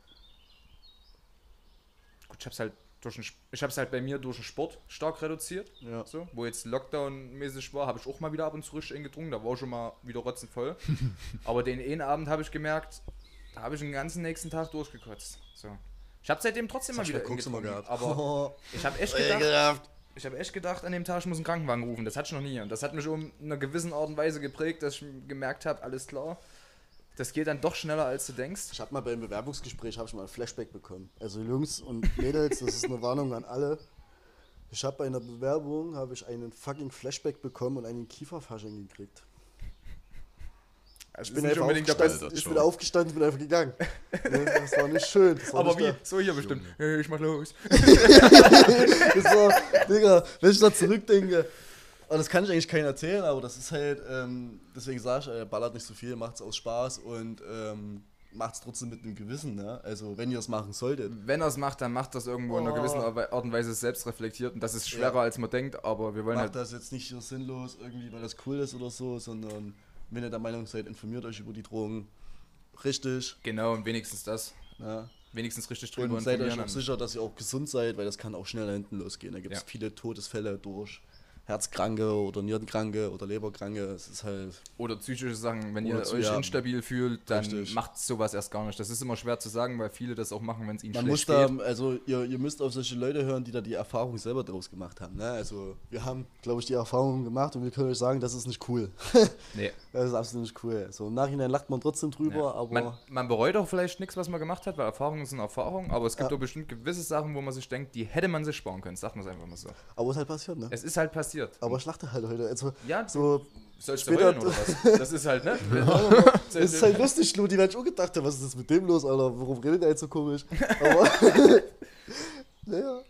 Gut, ich hab's halt durch den, Sp- ich hab's halt bei mir durch den Sport stark reduziert. Ja. So, wo jetzt Lockdown-mäßig war, habe ich auch mal wieder ab und zu richtig eng getrunken. Da war ich schon mal wieder rotzenvoll. Aber den einen Abend habe ich gemerkt, da habe ich den ganzen nächsten Tag durchgekotzt. So. Ich habe seitdem trotzdem mal Das wieder hast du eng Koks immer getrunken. gehabt. Aber ich habe echt gedacht, ich habe echt gedacht, an dem Tag, ich muss einen Krankenwagen rufen. Das hatte ich noch nie. Und das hat mich um in einer gewissen Art und Weise geprägt, dass ich gemerkt habe, alles klar, das geht dann doch schneller, als du denkst. Ich habe mal beim Bewerbungsgespräch habe ich mal ein Flashback bekommen. Also Jungs und Mädels, das ist eine Warnung an alle. Ich habe bei einer Bewerbung habe ich einen fucking Flashback bekommen und einen Kieferfasching gekriegt. Also Ich bin, ist nicht einfach unbedingt der aufgestanden, Alter, ich schon. bin aufgestanden, bin einfach gegangen. Ne, das war nicht schön. Das war Aber nicht wie? der- So hier bestimmt. Hey, ich mach los. Das war, Digga, wenn ich da zurückdenke, aber das kann ich eigentlich keinem erzählen, aber das ist halt, ähm, deswegen sage ich, er ballert nicht so viel, macht es aus Spaß und ähm, macht es trotzdem mit einem Gewissen, ne? Also wenn ihr es machen solltet. Wenn er es macht, dann macht das irgendwo in einer Oh. gewissen Art und Weise selbst reflektiert. Und das ist schwerer, Ja. als man denkt, aber wir wollen Macht halt. das jetzt nicht so sinnlos irgendwie, weil das cool ist oder so, sondern wenn ihr der Meinung seid, informiert euch über die Drogen richtig, Genau, und wenigstens das. ne? Wenigstens richtig drüber Und seid euch informieren. auch sicher, dass ihr auch gesund seid, weil das kann auch schnell da hinten losgehen. Da gibt es Ja. viele Todesfälle durch Herzkranke oder Nierenkranke oder Leberkranke. Es ist halt. Oder psychische Sachen, wenn Oder ihr zu- euch ja. instabil fühlt, dann Richtig. macht sowas erst gar nicht. Das ist immer schwer zu sagen, weil viele das auch machen, wenn es ihnen Man muss schlecht da, geht. also ihr, ihr müsst auf solche Leute hören, die da die Erfahrung selber draus gemacht haben. Ne? Also wir haben, glaube ich, die Erfahrung gemacht und wir können euch sagen, das ist nicht cool. Nee. Das ist absolut nicht cool. So im Nachhinein lacht man trotzdem drüber, Ja. aber Man, man bereut auch vielleicht nichts, was man gemacht hat, weil Erfahrungen sind Erfahrungen, aber es gibt Ja. auch bestimmt gewisse Sachen, wo man sich denkt, die hätte man sich sparen können. Sagt man es einfach mal so. aber es ist halt passiert, ne? Es ist halt passiert. Aber ich lachte halt heute. Also Ja, so, sollst du später- heulen oder was? Das ist halt, ne? es ist halt lustig, Ludi, weil ich auch gedacht habe, was ist das mit dem los, Alter? Warum redet er jetzt so komisch? Aber naja.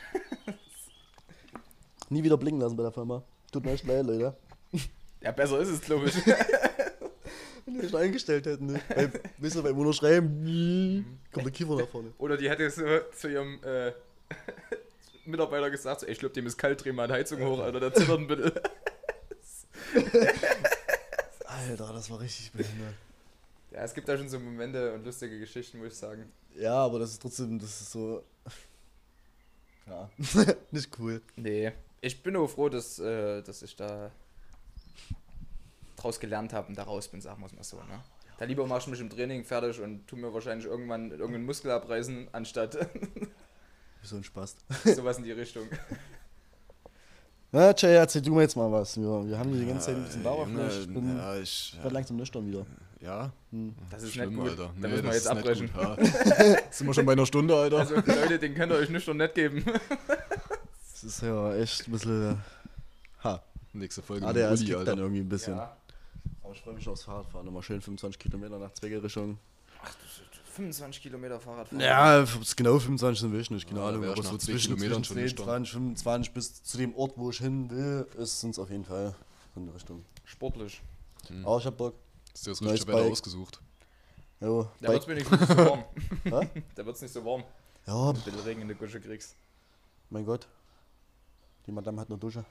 Nie wieder blinken lassen bei der Firma. Tut mir echt leid, Leute. Ja, besser ist es, glaube ich. Wenn die mich eingestellt hätten, ne? Weil, wisst ihr, beim Unterschreiben kommt der Kiefer nach vorne. Oder die hätte so zu ihrem äh, Mitarbeiter gesagt, so, ey, ich glaube, dem ist kalt, dreh mal die Heizung hoch, Alter, der zittert ein bisschen. Alter, das war richtig behindert. Ja, es gibt da schon so Momente und lustige Geschichten, muss ich sagen. Ja, aber das ist trotzdem, das ist so. Ja, nicht cool. Nee. Ich bin nur froh, dass, äh, dass ich da draus gelernt habe und da raus bin, sagen wir es mal so. Ne? Da lieber mach ich mich im Training fertig und tu mir wahrscheinlich irgendwann irgendeinen Muskel abreißen, anstatt So ein Spaß. sowas in die Richtung. Na, Jay, erzähl du mir jetzt mal was. Wir, wir haben die ganze Zeit ein bisschen Ja, Dauerfleisch. Ich bin ja, ich, werd langsam nüchtern wieder. ja, Hm. Das ist schlimm, nicht gut. Alter. Da Nee, müssen wir das jetzt ist nicht abbrechen. gut, ja. Sind wir schon bei einer Stunde, Alter? Also Leute, den könnt ihr euch nüchtern nicht geben. Das ist ja echt ein bisschen. Ha. Nächste Folge Ah, mit der Uli, kickt Alter. dann irgendwie ein bisschen. Ja. Aber ich freue mich aufs Fahrradfahren. Immer schön fünfundzwanzig Kilometer nach Zweckerichtung. fünfundzwanzig Kilometer Fahrradfahren. Ja, es genau fünfundzwanzig sind will ich nicht, keine Ja, da Ahnung. wär Aber ich so nach zwei zwischen, Kilometern zwischen schon nüchtern. zwanzig, fünfundzwanzig bis zu dem Ort, wo ich hin will, ist es auf jeden Fall so in die Richtung. Sportlich. Hm. Aber ich hab Bock. Hast du das Neues richtige Wetter Bike. ausgesucht? Jo, Da wird's Bike. wenigstens nicht so warm. Hä? Da wird's nicht so warm. Ja, Wenn du ein bisschen Regen in der Gusche kriegst. mein Gott. Die Madame hat eine Dusche.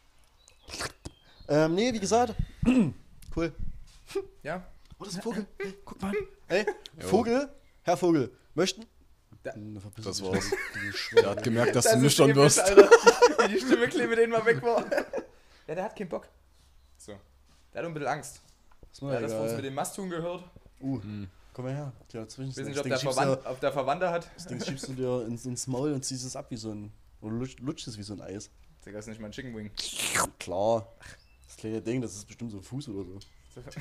Ähm, nee, wie gesagt. Cool. Ja? Oh, das ist ein Vogel. Hey, guck mal. Hey, Jo. Vogel. Herr Vogel. Möchten? Da- Hm, verpiss Das dich, war's. du Er Schwein. hat gemerkt, dass Das du ist nüchtern episch, wirst. Alter. Wie die Stimme klebe den mal weg war. Ja, der hat keinen Bock. So. Der hat ein bisschen Angst. Ist Ja, mir das von uns mit egal. dem Masthuhn gehört. Uh, Hm. komm mal her. Ja, zwischen Ich weiß nicht, das ob Ding der, schiebst Verwand, du, ob der Verwandter hat. das Ding schiebst du dir ins, ins Maul und ziehst es ab wie so ein. Oder lutscht, lutscht es wie so ein Eis. Digga, ist nicht mein Chicken Wing. Klar. Das kleine Ding, das ist bestimmt so ein Fuß oder so.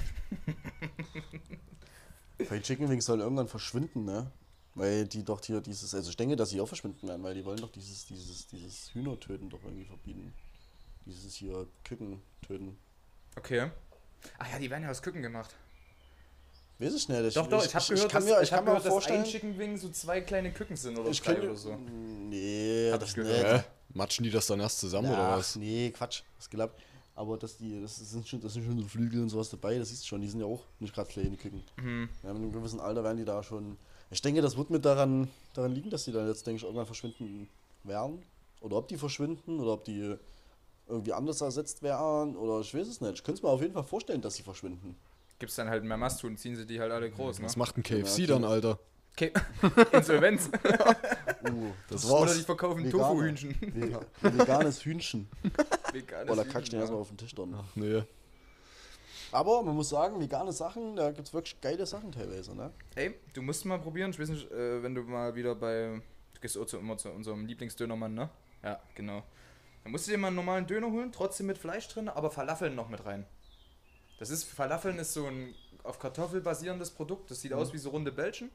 Bei Chicken Wings soll irgendwann verschwinden, ne? Weil die doch hier dieses, also ich denke, dass sie auch verschwinden werden, weil die wollen doch dieses, dieses, dieses Hühnertöten doch irgendwie verbieten. Dieses hier Küken töten. Okay. Ach ja, die werden ja aus Küken gemacht. Weiß ich nicht. Ich, Doch, doch, ich, habe gehört, kann dass, mir, ich hab kann mir gehört, dass vorstellen, ein Chicken Wing so zwei kleine Küken sind oder ich drei könnte, oder so. Nee, Hab das ich nicht. gehört. Hä? Matschen die das dann erst zusammen oder Ach, was? nee, Quatsch, das gelappt. Aber dass die, das sind schon, das sind schon so Flügel und sowas dabei, das siehst du schon, die sind ja auch nicht gerade kleine Küken. Mhm. Ja, mit einem gewissen Alter werden die da schon. Ich denke, das wird mit daran, daran liegen, dass die dann jetzt, denke ich, irgendwann verschwinden werden. Oder ob die verschwinden oder ob die irgendwie anders ersetzt werden oder ich weiß es nicht. Ich könnte es mir auf jeden Fall vorstellen, dass sie verschwinden. Gibt's dann halt mehr Masthuhn, ziehen sie die halt alle groß, ne? Was macht ein K F C Ja, dann, Alter? Okay. Insolvenz. Uh, das Oder war's. die verkaufen Vegane. Tofu-Hühnchen. Vega- Veganes Hühnchen. Veganes Oder Hühnchen, kackst du ja. erstmal auf den Tisch dann. Nee. Aber man muss sagen, vegane Sachen, da gibt es wirklich geile Sachen teilweise, ne? Ey, du musst mal probieren. Ich weiß nicht, äh, wenn du mal wieder bei. Du gehst auch zu, immer zu unserem Lieblingsdönermann, ne? Ja, genau. Dann musst du dir mal einen normalen Döner holen, trotzdem mit Fleisch drin, aber Falafeln noch mit rein. Das ist, Falafeln ist so ein auf Kartoffel basierendes Produkt. Das sieht Mhm. aus wie so runde Bällchen.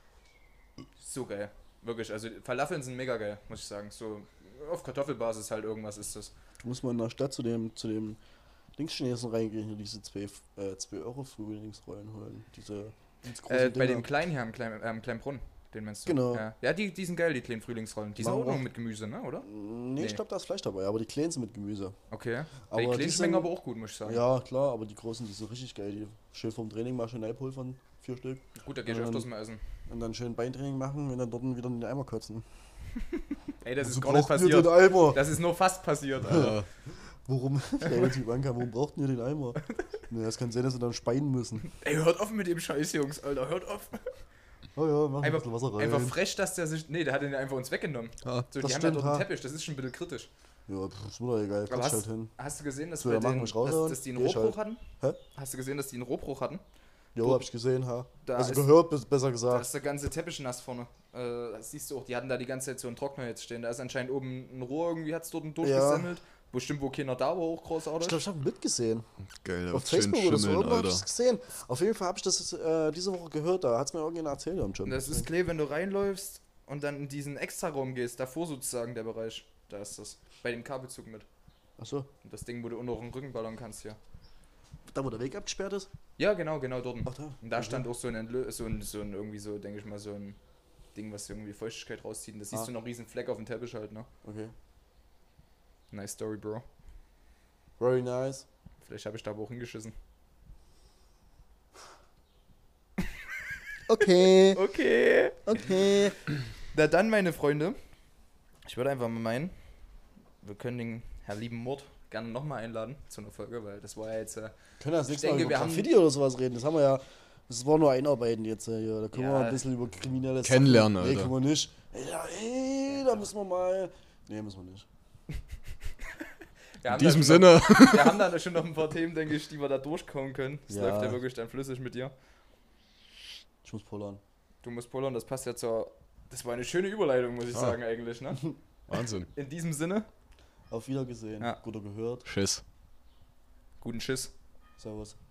So geil. Wirklich, also Falafeln sind mega geil, muss ich sagen. So auf Kartoffelbasis halt irgendwas ist das. Du musst mal in der Stadt zu dem, zu dem Linkschinesen reingehen, hier diese zwei Euro Frühlingsrollen holen. Diese ganz großen Äh, bei Dinger. dem Kleinen hier am kleinen, äh, am kleinen Brunnen, den meinst du? Genau. Ja, ja die, die sind geil, die kleinen Frühlingsrollen. Die sind Machen auch wir noch auch. mit Gemüse, ne, oder? Nee, Nee. ich glaube, da ist Fleisch dabei, aber die kleinen sind mit Gemüse. Okay. Aber die die kleinen sind- schmecken aber auch gut, muss ich sagen. Ja, klar, aber die großen, die sind richtig geil. Die schön vom Training mal schön abholen, vier Stück. Gut, da gehe ich Ähm, öfters mal essen. Und dann schön Beintraining machen und dann dort wieder in den Eimer kotzen. Ey, das ist Wozu gar nicht braucht ihr passiert. den Eimer? Das ist nur fast passiert, Alter. Äh, Warum? Der Typ ankam, warum braucht ihr den Eimer? Ne, das kann sein, dass wir dann speien müssen. Ey, hört auf mit dem Scheiß, Jungs, Alter, hört auf. Oh ja, mach ein Einfach, bisschen Wasser rein. einfach frech, dass der sich. Nee, der hat den einfach uns weggenommen. ah, So, Das die haben ja stimmt, dort einen ha. Teppich, das ist schon ein bisschen kritisch. Ja, pff, ist mir doch egal, Aber kotzt hast, halt hin. hast du gesehen, dass, So, bei dann machen denen, wir dass, raushauen, dass die einen geh ich Rohbruch halt. hatten? Hä? Hast du gesehen, dass die einen Rohbruch hatten? Jo, hab ich gesehen, ha. Da Also ist- gehört, bis- besser Da gesagt. ist der ganze Teppich nass vorne. Äh, das siehst du auch, die hatten da die ganze Zeit so einen Trockner jetzt stehen. Da ist anscheinend oben ein Rohr, irgendwie hat es dort durchgesemmelt. Bestimmt, wo keiner da war, auch Ich großartig. glaube, ich habe mitgesehen. geil, Auf schön Facebook oder so, schimmeln, irgendwo hab ich Alter. das gesehen. Auf jeden Fall habe ich das äh, diese Woche gehört, da hat es mir irgendjemand erzählt am Job. Und das ist Klee, wenn du reinläufst und dann in diesen Extraraum gehst, davor sozusagen der Bereich. Da ist das. Bei dem Kabelzug mit. Achso, Und das Ding, wo du unter den Rücken ballern kannst hier. da wo der Weg abgesperrt ist? Ja, genau, genau dort. Ach da. Und da Okay. stand auch so ein, Entlö so ein, so ein irgendwie so, denke ich mal, so ein Ding, was irgendwie Feuchtigkeit rauszieht. Und das siehst Ah. du noch riesen Fleck auf dem Teppich halt, ne? Okay. Nice Story, Bro. Very nice. Vielleicht habe ich da aber auch hingeschissen. Okay, Okay. okay. Na dann, meine Freunde. Ich würde einfach mal meinen, wir können den Herr lieben Mord gerne nochmal einladen zu einer Folge, weil das war ja jetzt. Äh, Können wir das nächste denke, Mal wir über haben- Graffiti oder sowas reden? Das haben wir ja. Das war nur Einarbeiten jetzt äh, hier. Da können wir Ja. mal ein bisschen über kriminelle Kennenlernen, Sachen. Nee, Alter. können wir nicht. Ja, ey, da müssen wir mal. Nee, müssen wir nicht. In diesem Sinne. Noch, wir haben dann schon noch ein paar Themen, denke ich, die wir da durchkommen können. Das ja. läuft ja wirklich dann flüssig mit dir. Ich muss pullern. Du musst pullern, das passt ja zur... Das war eine schöne Überleitung, muss ich ah. sagen, eigentlich, ne? Wahnsinn. In diesem Sinne. Auf Wiedergesehen. Ja. Guter gehört. Tschüss. Guten Tschüss. Servus.